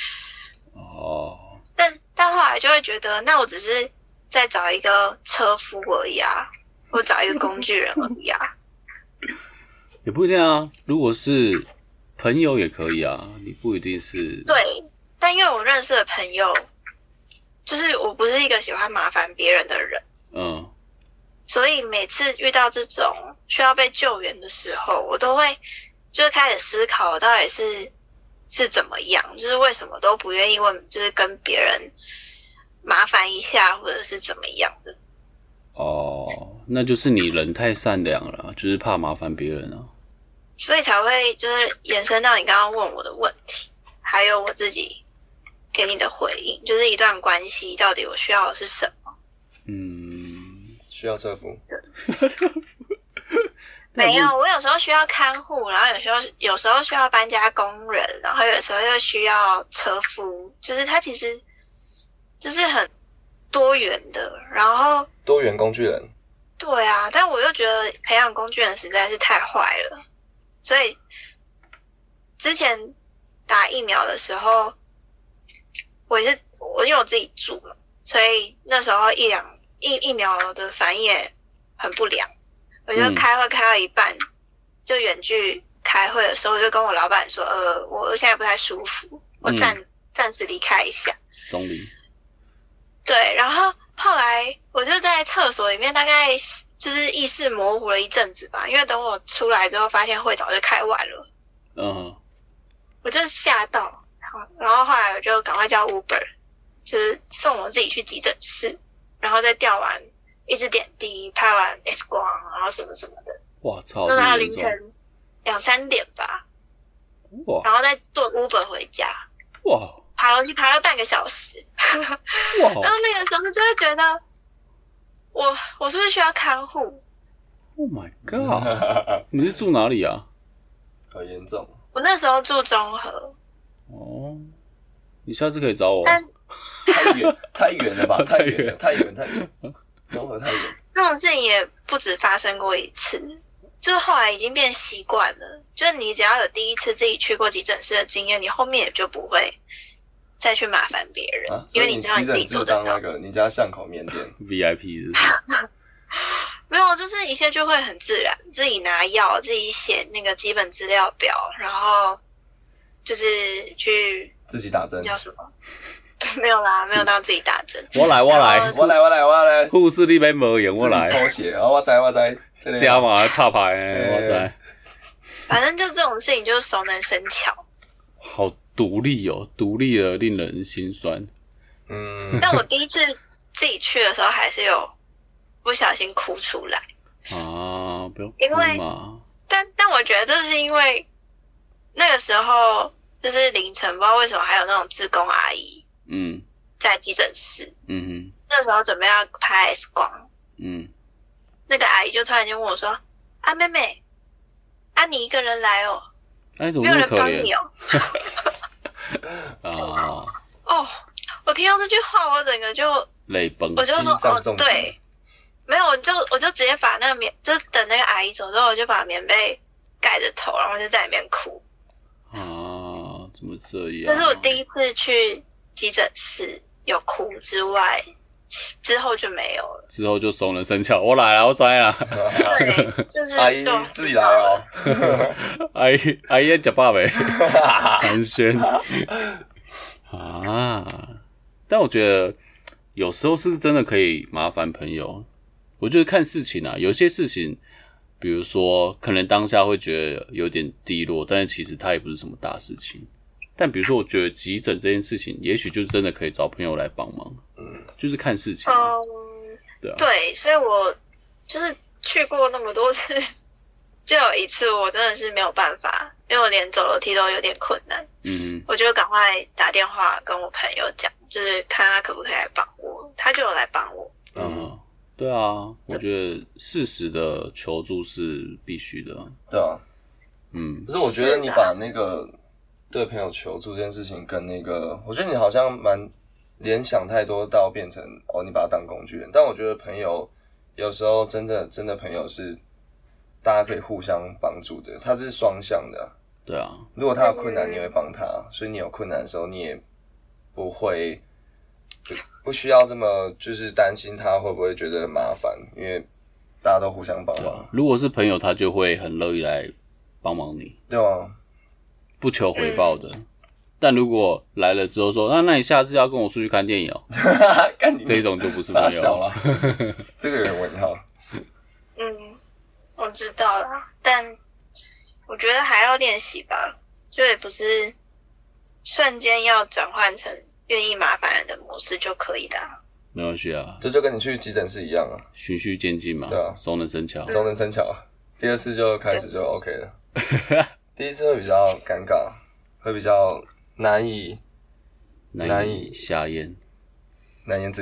但后来就会觉得，那我只是再找一个车夫而已啊，或找一个工具人而已啊。 也不一定啊，如果是朋友也可以啊，你不一定是。 对，但因为我认识的朋友，就是我不是一个喜欢麻烦别人的人，所以每次遇到这种需要被救援的时候，我都会就开始思考，我到底是怎么样，就是为什么都不愿意问，就是跟别人麻烦一下，或者是怎么样的。 那就是你人太善良了，就是怕麻烦别人啊。 所以才会就是延伸到你刚刚问我的问题，还有我自己给你的回应，就是一段关系到底我需要的是什么？ 需要车夫。 没有，我有时候需要看护，然后有时候需要搬家工人，然后有时候又需要车夫，就是它其实就是很多元的。然后多元工具人。 对啊，但我又觉得培养工具人实在是太坏了，所以之前打疫苗的时候，因为我自己住嘛，所以那时候疫苗的反应也很不良。我就开会开到一半，就远距开会的时候，我就跟我老板说，我现在不太舒服，我暂时离开一下。 总理。 对，然后后来我就在厕所里面，大概就是意识模糊了一阵子吧，因为等我出来之后，发现会早就开完了。我就吓到，然后后来我就赶快叫 Uber， 就是送我自己去急诊室，然后再调完一直点滴，拍完 X 光，然后什么什么的。 哇操！ 那到凌晨2-3点吧。 哇！ 然后再坐 Uber 回家。 哇！ 爬楼梯爬了半个小时。 哇！ 然后那个时候就会觉得，我是不是需要看护 ？Oh my god！ 你是住哪里啊？ 好严重。 我那时候住中和。 哦，你下次可以找我。 太远了吧？太远，中和太远。 那种事情也不止发生过一次，就是后来已经变习惯了。就是你只要有第一次自己去过急诊室的经验，你后面也就不会再去麻烦别人，因为你知道你自己做得到。 当那个你家巷口面店 VIP 是不是？ 没有，就是一切就会很自然，自己拿药，自己写那个基本资料表，然后就是去自己打针， 叫什么？没有啦，没有到自己打针。 我来，护士你别无用，我来。 抽血，我知， 加码拍牌，我知。 反正就这种事情，就是熟能生巧。 好独立哦，独立的令人心酸。 但我第一次自己去的时候，还是有不小心哭出来。 啊，不用哭嘛。 但我觉得这是因为那个时候就是凌晨，不知道为什么还有那种志工阿姨。在急诊室。那时候准备要拍 X 光。那个阿姨就突然间问我说：“啊，妹妹，啊，你一个人来哦？ 哎，怎么那么可怜？ 没有人帮你哦？” 啊！ 哦，我听到这句话，我整个就泪崩， 我就说哦，对，没有，我就直接把那个就等那个阿姨走之后，我就把棉被盖着头，然后就在里面哭。 啊，怎么这样？ 这是我第一次去急诊室有哭之外，之后就没有了。之后就熟能生巧，我来了，我栽了。 对，就是阿姨自己来哦。 阿姨吃饱没？寒暄啊！但我觉得有时候是真的可以麻烦朋友。我觉得看事情啊，有些事情，比如说可能当下会觉得有点低落，但是其实它也不是什么大事情。但比如说，我觉得急诊这件事情，也许就是真的可以找朋友来帮忙。就是看事情。对啊。 对，所以我就是去过那么多次，就有一次我真的是没有办法，因为我连走楼梯都有点困难。我就赶快打电话跟我朋友讲，就是看他可不可以来帮我，他就有来帮我。 对啊，我觉得适时的求助是必须的。 对啊。可是我觉得你把那个对朋友求助这件事情跟那个，我觉得你好像蛮联想太多到变成你把他当工具人。但我觉得朋友有时候真的朋友是大家可以互相帮助的，它是双向的。 对啊， 如果他有困难，你会帮他，所以你有困难的时候，你也不会不需要这么就是担心他会不会觉得麻烦，因为大家都互相帮忙。 如果是朋友，他就会很乐意来帮忙你。 对啊。 不求回报的。但如果来了之后说，那你下次要跟我出去看电影哦，这种就不是朋友了。 这个有点问号。 我知道了，但我觉得还要练习吧，就也不是瞬间要转换成愿意麻烦人的模式就可以的。 没关系啊， 这就跟你去急诊室一样啊， 循序渐进嘛。对啊，熟能生巧， 第二次就开始就 OK 了。第一次会比较尴尬，会比较难以下咽， 难言之隐。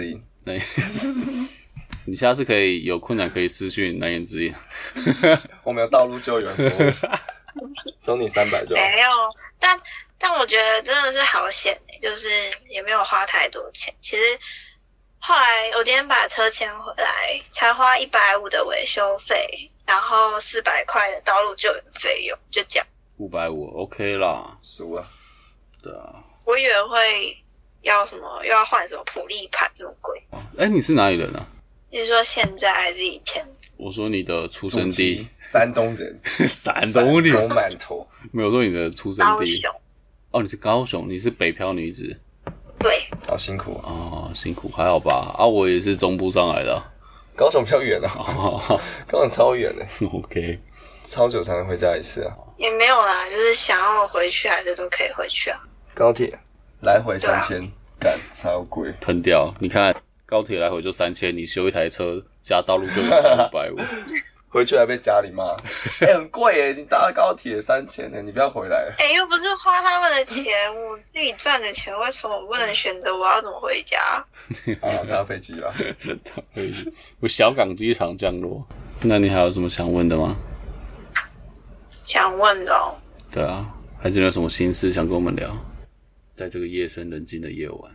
那你下次可以有困难可以私讯难言之隐。 我们有道路救援服务，收你300就好。 没有，但我觉得真的是好险，就是也没有花太多钱。其实后来我今天把车牵回来，才花150的维修费，然后400块的道路救援费用，就这样。 550 OK 啦， 输了。 对啊。 我以为会要什么，又要换什么普利盘这么贵。 你是哪里人啊？ 你是说现在还是以前？ 我说你的出生地。 山东人。 山东人。 山东满头。 没有说你的出生地。 高雄。 哦，你是高雄，你是北漂女子。 对。 好辛苦啊。 哦，辛苦还好吧？啊，我也是中部上来的。 高雄比较远啊。高雄超远的。 OK。 超久才能回家一次啊。 也没有啦，就是想要回去还是都可以回去啊。 高铁来回3000，干超贵， 喷掉！你看高铁来回就3000，你修一台车加道路就550， 回去还被家里骂，很贵耶！你搭高铁3000耶，你不要回来。 又不是花他们的钱，我自己赚的钱，为什么我不能选择我要怎么回家？ 搭飞机啦， 搭飞机，我小港机场降落。那你还有什么想问的吗？ 想问的哦。 对啊，还是有什么心事想跟我们聊？在这个夜深人静的夜晚，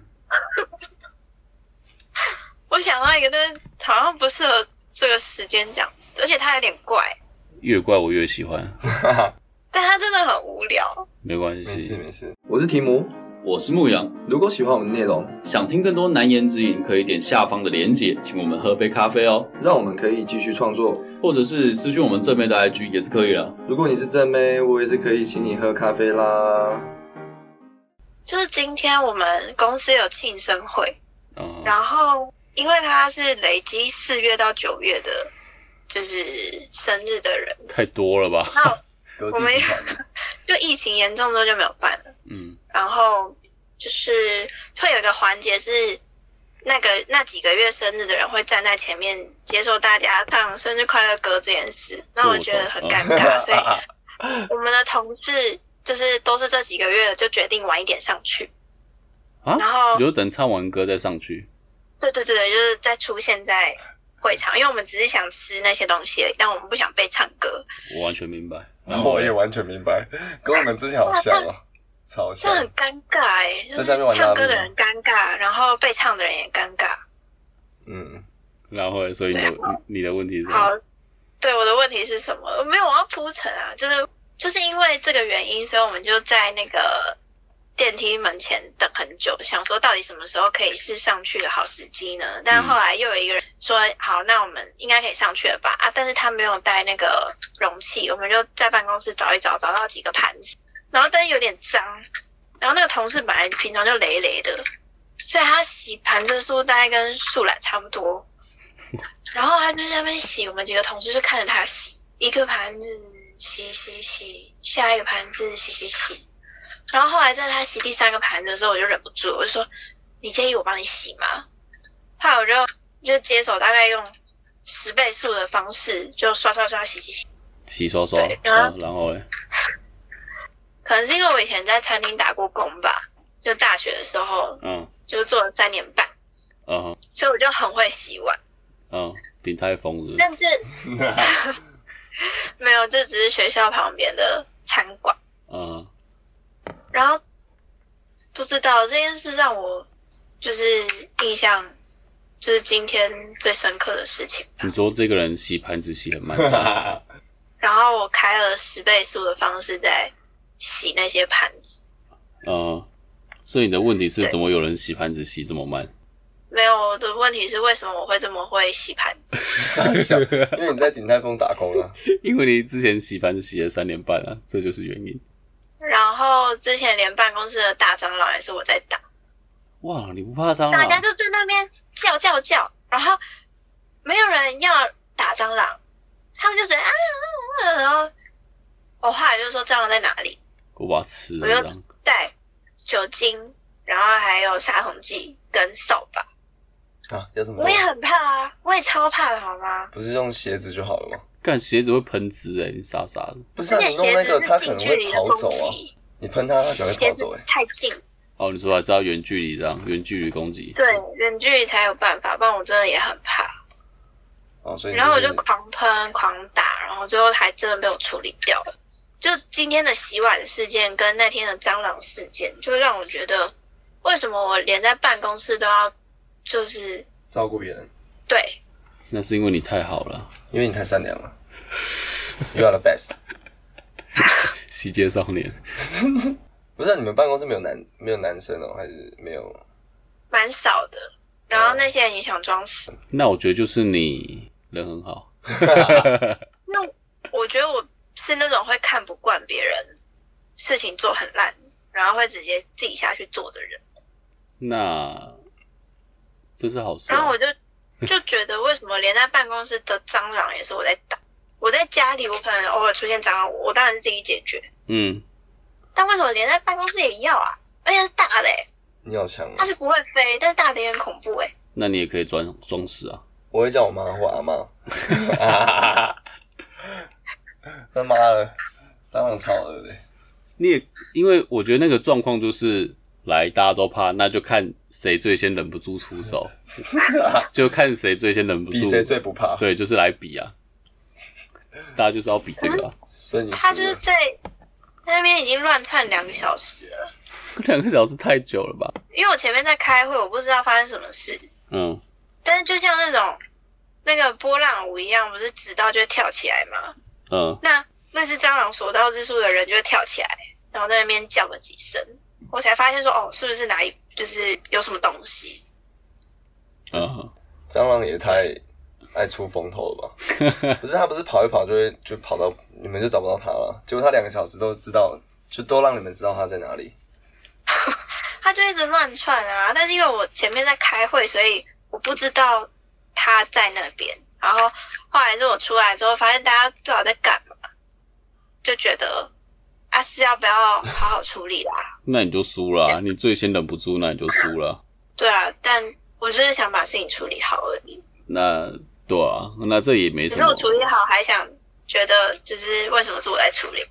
我想到一个，但是好像不适合这个时间讲，而且它有点怪。 越怪我越喜欢， 但它真的很无聊。 没关系， 没事。我是提姆， 我是牧羊。 如果喜欢我们的内容， 想听更多难言之隐，可以点下方的连结，请我们喝杯咖啡哦， 让我们可以继续创作， 或者是私讯我们正妹的 IG 也是可以的。 如果你是正妹，我也是可以请你喝咖啡啦。 就是今天我们公司有庆生会，然后因为它是累积4月到9月的，就是生日的人太多了吧？ 那我们就疫情严重之后就没有办了。然后就是会有一个环节是那几个月生日的人会站在前面接受大家唱生日快乐歌这件事，那我觉得很尴尬，所以我们的同事就是都是这几个月就决定晚一点上去，然后你就等唱完歌再上去。 对，就是再出现在会场，因为我们只是想吃那些东西而已，但我们不想被唱歌。 我完全明白， 我也完全明白，跟我们之前好像哦，超像。 这很尴尬就是唱歌的人尴尬，然后被唱的人也尴尬。 然后所以你的问题是什么？ 好，对，我的问题是什么？我没有，我要铺陈啊，就是因为这个原因，所以我们就在那个电梯门前等很久，想说到底什么时候可以是上去的好时机呢？但后来又有一个人说，好，那我们应该可以上去了吧？但是他没有带那个容器，我们就在办公室找一找，找到几个盘子，然后但是有点脏，然后那个同事本来平常就累累的，所以他洗盘子的速度大概跟树懒差不多，然后他就在那边洗，我们几个同事就看着他洗，一个盘子洗，下一个盘子洗，然后后来在他洗第3个盘子的时候，我就忍不住，我就说：“你介意我帮你洗吗？”后来我就接手，大概用10倍速的方式，就刷洗刷。 对， 然后嘞， 可能是因为我以前在餐厅打过工吧，就大学的时候，就做了3年半，所以我就很会洗碗。 鼎泰丰是不是？ 但是没有，这只是学校旁边的餐馆。然后不知道这件事让我就是印象，就是今天最深刻的事情。 你说这个人洗盘子洗很慢， 然后我开了10倍速的方式在洗那些盘子。 所以你的问题是怎么有人洗盘子洗这么慢？ 没有，我的问题是为什么我会这么会洗盘子？ 因为你在鼎泰丰打工啊。 因为你之前洗盘子洗了3年半啊，这就是原因。 然后之前连办公室的大蟑螂也是我在打。 哇，你不怕蟑螂？ 大家就在那边叫，然后没有人要打蟑螂，他们就直接然后我后来就说蟑螂在哪里？ 我把它吃了。 我就带酒精，然后还有杀虫剂跟扫把。 有什么？ 我也很怕啊，我也超怕的好吗？ 不是用鞋子就好了吗？ 干鞋子会喷汁你傻的。 不是你弄那个，它可能会跑走啊。你喷它，它可能会跑走太近， 哦，你说还是要远距离这样，远距离攻击。 对，远距离才有办法，不然我真的也很怕。 哦，所以然后我就狂喷狂打，然后最后还真的被我处理掉了。就今天的洗碗事件跟那天的蟑螂事件，就让我觉得，为什么我连在办公室都要就是照顾别人？ 对， 那是因为你太好了， 因为你太善良了。You are the best 。 西街少年。 不是、啊、你们办公室没有男生哦，还是没有？ 蛮少的。然后那些人也想装死。 那我觉得就是你人很好。 那我觉得我是那种会看不惯别人事情做很烂，然后会直接自己下去做的人。 那这是好事、啊。 然后我就觉得，为什么连在办公室的蟑螂也是我在打？我在家里，我可能偶尔出现蟑螂，我当然是自己解决。 嗯。 但为什么连在办公室也要啊？而且是大的你好强、啊。 它是不会飞，但是大的也很恐怖那你也可以装死啊。 我会叫我妈或阿妈。他妈的，蟑螂超恶的。 你也因为我觉得那个状况就是来大家都怕，那就看谁最先忍不住出手，就看谁最先忍不住， 比谁最不怕。 对，就是来比啊，大家就是要比这个、啊。 所以你他就是在那边已经乱窜2个小时了。 2个小时太久了吧？ 因为我前面在开会，我不知道发生什么事。 嗯。 但是就像那个波浪舞一样，不是指到就会跳起来吗？ 嗯。 那只蟑螂所到之处的人就会跳起来，然后在那边叫了几声，我才发现说，哦，是不是哪里就是有什么东西？ 嗯。 蟑螂也太爱出风头了吧？不是，他不是跑一跑就跑到你们就找不到他了，结果他2个小时都知道，就都让你们知道他在哪里。 他就一直乱窜啊！但是因为我前面在开会，所以我不知道他在那边。然后后来是我出来之后，发现大家不知道在干嘛，就觉得是要不要好好处理啦？ 那你就输了、啊，你最先忍不住，那你就输了。 对啊，但我就是想把事情处理好而已。 那对啊，那这也没什么。 可是我处理好，还想觉得就是为什么是我在处理？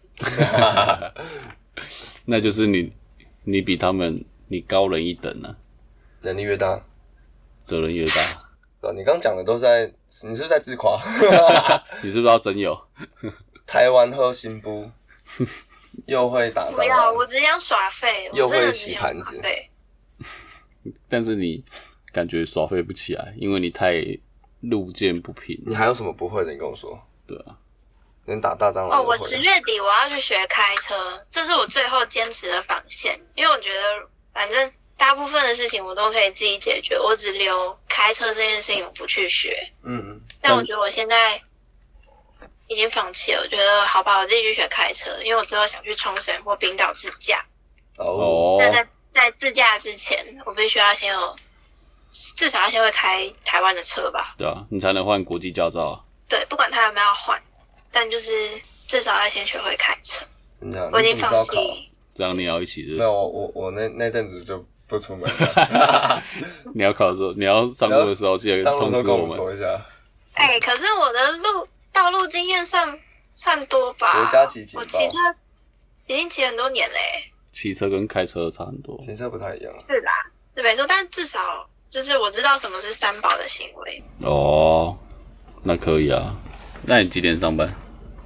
那就是你比他们你高人一等啊， 能力越大， 责任越大。 你刚讲的都是你是不是在自夸？ 你是不是要真有？ 台湾喝新布，又会打蟑螂， 不要，我只想耍废， 又会洗盘子。 但是你感觉耍废不起来，因为你太路见不平。 你还有什么不会的？你跟我说。 对啊。 能打大蟑螂。 我10月底我要去学开车，这是我最后坚持的防线，因为我觉得反正大部分的事情我都可以自己解决，我只留开车这件事情我不去学。 嗯。 但我觉得我现在已经放弃了，我觉得好吧，我自己去学开车，因为我之后想去冲绳或冰岛自驾。 哦。 那在自驾之前，我必须要至少要先会开台湾的车吧？ 对啊，你才能换国际驾照啊。 对，不管他有没有换，但就是至少要先学会开车。 我已经放弃。 这样你要一起是不是？ 没有，我那阵子就不出门了。 你要考的时候，你要上路的时候，记得通知我们说一下。 可是我的道路经验算多吧？ 国家级警报。 我骑车已经骑很多年嘞。 骑车跟开车差很多。 骑车不太一样。 是啦，对没错，但至少就是我知道什么是三宝的行为。 哦，那可以啊。那你几点上班？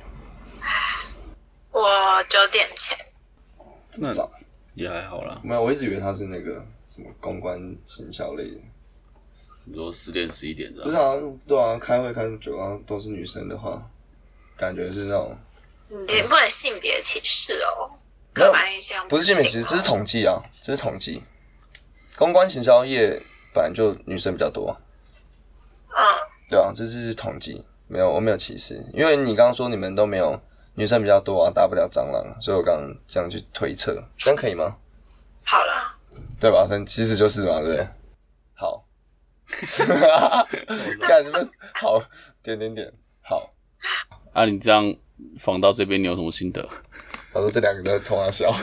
我9点前。 这么早？ 也还好啦。 没有，我一直以为他是那个什么公关行销类的。 你说10点11点的？ 不是啊，对啊，开会开很久，然后都是女生的话，感觉是那种。 也不能性别歧视哦。刻板印象不是性别歧视，这是统计啊，这是统计。公关行销业本来就女生比较多。对啊，这是统计，没有，我没有歧视，因为你刚刚说你们都没有女生比较多啊，打不了蟑螂，所以我刚刚这样去推测，这样可以吗？ 好了， 对吧？其实就是嘛，对不对？好，干什么？好，点，好。 啊，你这样访到这边，你有什么心得？ 我说这2个都在冲他笑。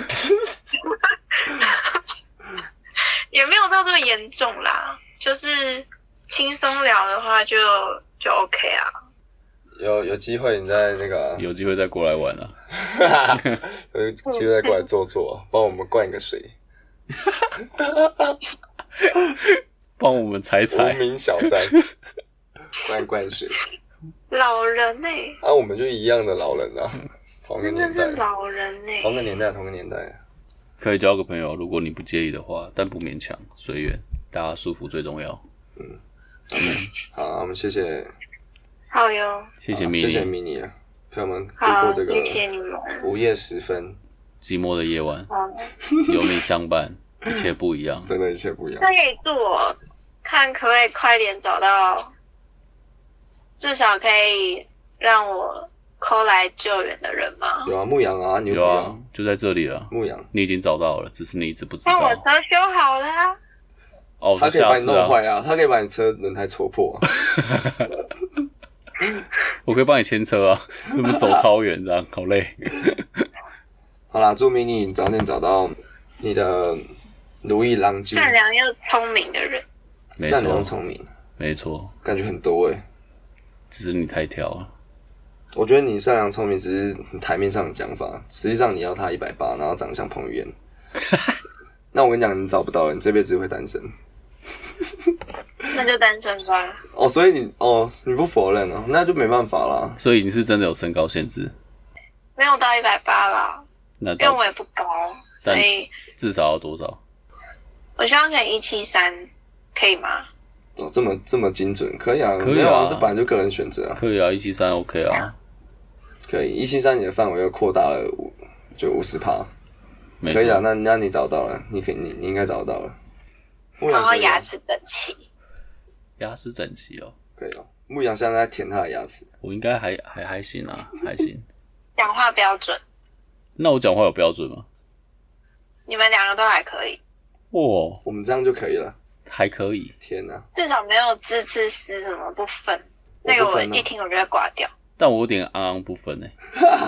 也没有到这么严重啦，就是轻松聊的话就 OK 啊。 有机会你再那个、 有机会再过来玩啊。 有机会再过来坐，帮我们灌一个水。 帮我们踩踩无名小站，灌水。 老人啊，我们就一样的老人啊，同个真年代， 的是老人同个年代，同个年代。 可以交个朋友，如果你不介意的话，但不勉强，随缘，大家舒服最重要。 好，我们谢谢， 好哟， 谢谢迷你， 谢谢迷你啊，陪我们度好过这个谢谢你们。 午夜时分， 寂寞的夜晚，有你相伴，一切不一样。 真的一切不一样。 那可以祝我看可不可以快点找到，至少可以让我call来救援的人吗？ 有啊，牧羊啊，牛有啊不羊，， 就在这里了。 牧羊， 你已经找到了，只是你一直不知那我道。 车修好了啊。 哦， 他可以把你下次啊， 弄坏啊，他可以把你车轮胎戳破啊。 我可以帮你牵车啊，是不是走超远这样？好累。 好啦，祝迷你早点找到你的如意郎君， 善良又聪明的人。 没善良错， 聪明， 没错， 感觉很多只是你太挑了。 我觉得你善良聪明只是你台面上的讲法，实际上你要他180，然后长得像彭于晏。那我跟你讲，你找不到了，你这辈子会单身。 那就单身吧。 哦，所以你不否认哦，那就没办法啦。 所以你是真的有身高限制？ 没有到180啦， 那因为我也不高，所以至少要多少？ 我希望可以173，可以吗？ 哦，这么精准，可以啊， 可以啊没有啊，这本来就个人选择啊， 可以啊，173 OK 啊， 可以173你的范围又扩大了就50%， 没可以啊， 错。 那你找到了，你应该找到了。牧然后羊可以啊牙齿整齐。 牙齿整齐哦， 可以哦，牧羊现在在舔他的牙齿， 我应该还行啊，还行。 讲话标准， 那我讲话有标准吗？ 你们2个都还可以， 哇， 我们这样就可以了。 还可以。 天哪， 至少没有字词诗什么不分。那个我一听我就会挂掉。 但我有点昂昂不分欸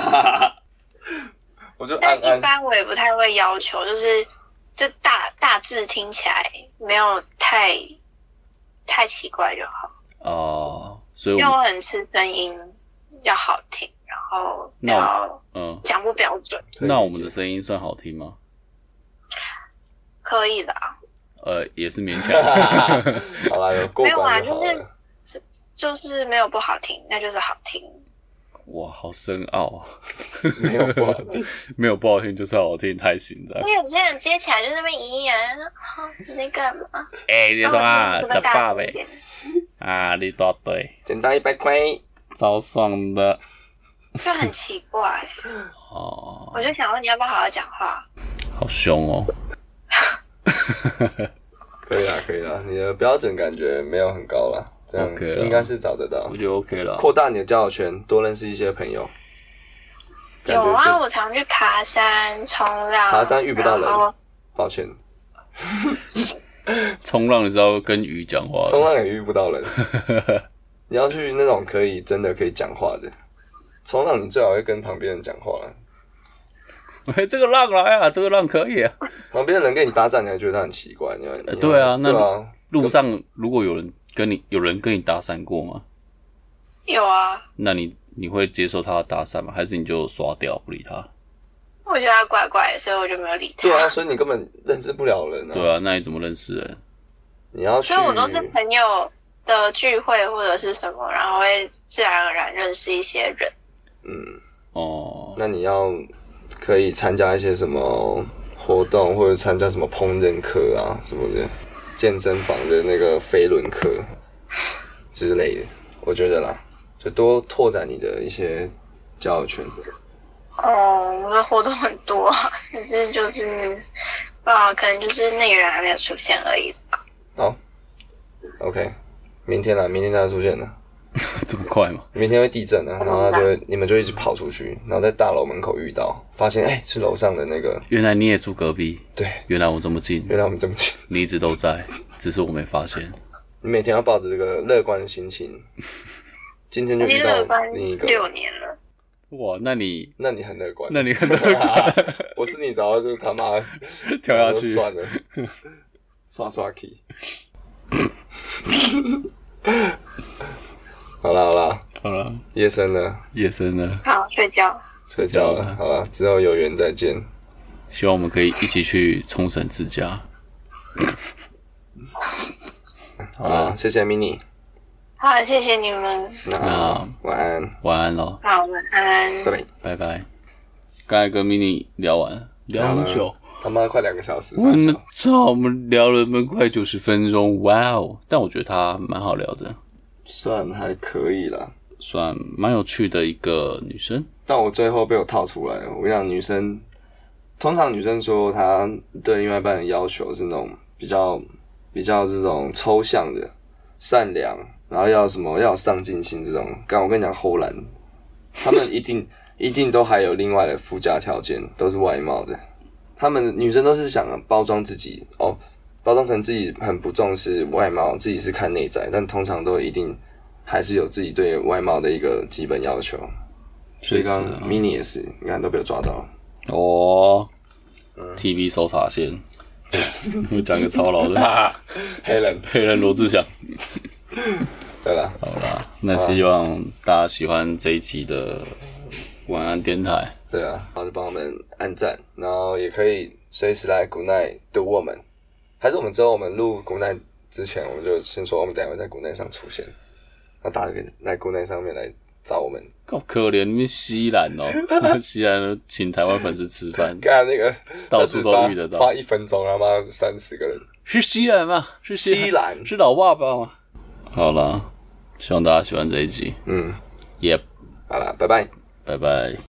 我就但一般我也不太会要求，就大致听起来没有太奇怪就好。 哦，所以因为我很吃声音要好听，然后要讲不标准。 那我们的声音算好听吗？ 可以啦。 也是勉强。 好啦，有过关就好了。 就是没有不好听，那就是好听。 哇，好深奥啊！ 没有不好听， 没有不好听就是好听，太行了。 因为有些人接起来就那么一眼，你在干嘛？ 你说啊，吃饱呗？啊，你答对， 简单100块， 超爽的。 就很奇怪。 哦， 我就想问你要不要好好讲话？ 好凶哦。 可以啦，你的标准感觉没有很高啦，这样 OK 啦应该是找得到我。觉得 OK 了。 扩大你的交友圈，多认识一些朋友。感觉有啊， 就我常去爬山、冲浪。 爬山遇不到人然后抱歉， 冲浪你知道跟鱼讲话的， 冲浪也遇不到人。你要去那种真的可以讲话的冲浪，你最好会跟旁边人讲话啦。 这个浪来啊，这个浪可以啊。 旁边的人跟你搭讪，你还觉得他很奇怪， 对啊，那对啊， 路上如果有人跟你搭讪过吗？ 有啊， 那你会接受他的搭讪吗？还是你就刷掉不理他？ 我觉得他怪怪的，所以我就没有理他。 对啊，所以你根本认识不了人啊。 对啊，那你怎么认识人？ 你要去， 所以我都是朋友的聚会或者是什么，然后会自然而然认识一些人。 哦， 那你要可以参加一些什么活动，或者参加什么烹饪课啊什么的，健身房的那个飞轮课之类的，我觉得啦，就多拓展你的一些交友圈。 我的活动很多，只是就是可能就是那个人还没有出现而已。 好 ，OK， 明天他出现了。 这么快吗？ 明天会地震啊，然后你们就一直跑出去，然后在大楼门口遇到，发现是楼上的那个， 原来你也住隔壁， 对， 原来我这么近， 原来我们这么近， 你一直都在，只是我没发现。 你每天要抱着这个乐观的心情，今天就遇到另一个 6年了。 哇，那你很乐观， 那你很乐观， 我是你早就他妈跳下去算了，刷 key。好啦，夜深了， 夜深了， 好，睡觉。 睡觉了。好了，之后有缘再见。 希望我们可以一起去冲绳自驾。 好了，谢谢 mini。 好，谢谢你们。 那晚安， 晚安咯。 好，晚安。 拜拜。 拜拜。刚才跟 mini 聊完，聊很久， 他妈快2个小时。 我们聊了快90分钟，哇哦！但我觉得他蛮好聊的， 算还可以啦， 算蛮有趣的一个女生。 但我最后被我套出来了。我跟你讲，通常女生说她对另外一半的要求是那种比较这种抽象的、善良，然后要有上进心这种。我跟你讲，后来他们一定都还有另外的附加条件，都是外貌的。他们女生都是想包装自己包装成自己很不重视外貌，自己是看内在，但通常都一定还是有自己对外貌的一个基本要求。所以刚刚 mini 也是，你看都被我抓到了。 TV 搜查线，我讲个超老的，黑人罗志祥。 对啦， 好啦，那希望大家喜欢这一期的晚安电台。 对啊，然后就帮我们按赞，然后也可以随时来 Good Night 读我们，还是我们之后我们录 Good Night 之前，我们就先说我们等一下会在 Good Night 上出现，那大家可以在 Good Night 上面来找我们。 好可怜，你们西兰西兰请台湾粉丝吃饭， 看那个到处都遇得到， 发1分钟，他妈30个人， 是西兰吗？是西兰， 是老爸爸吗？好啦，希望大家喜欢这一集。 Yep， 好啦，拜拜， 拜拜。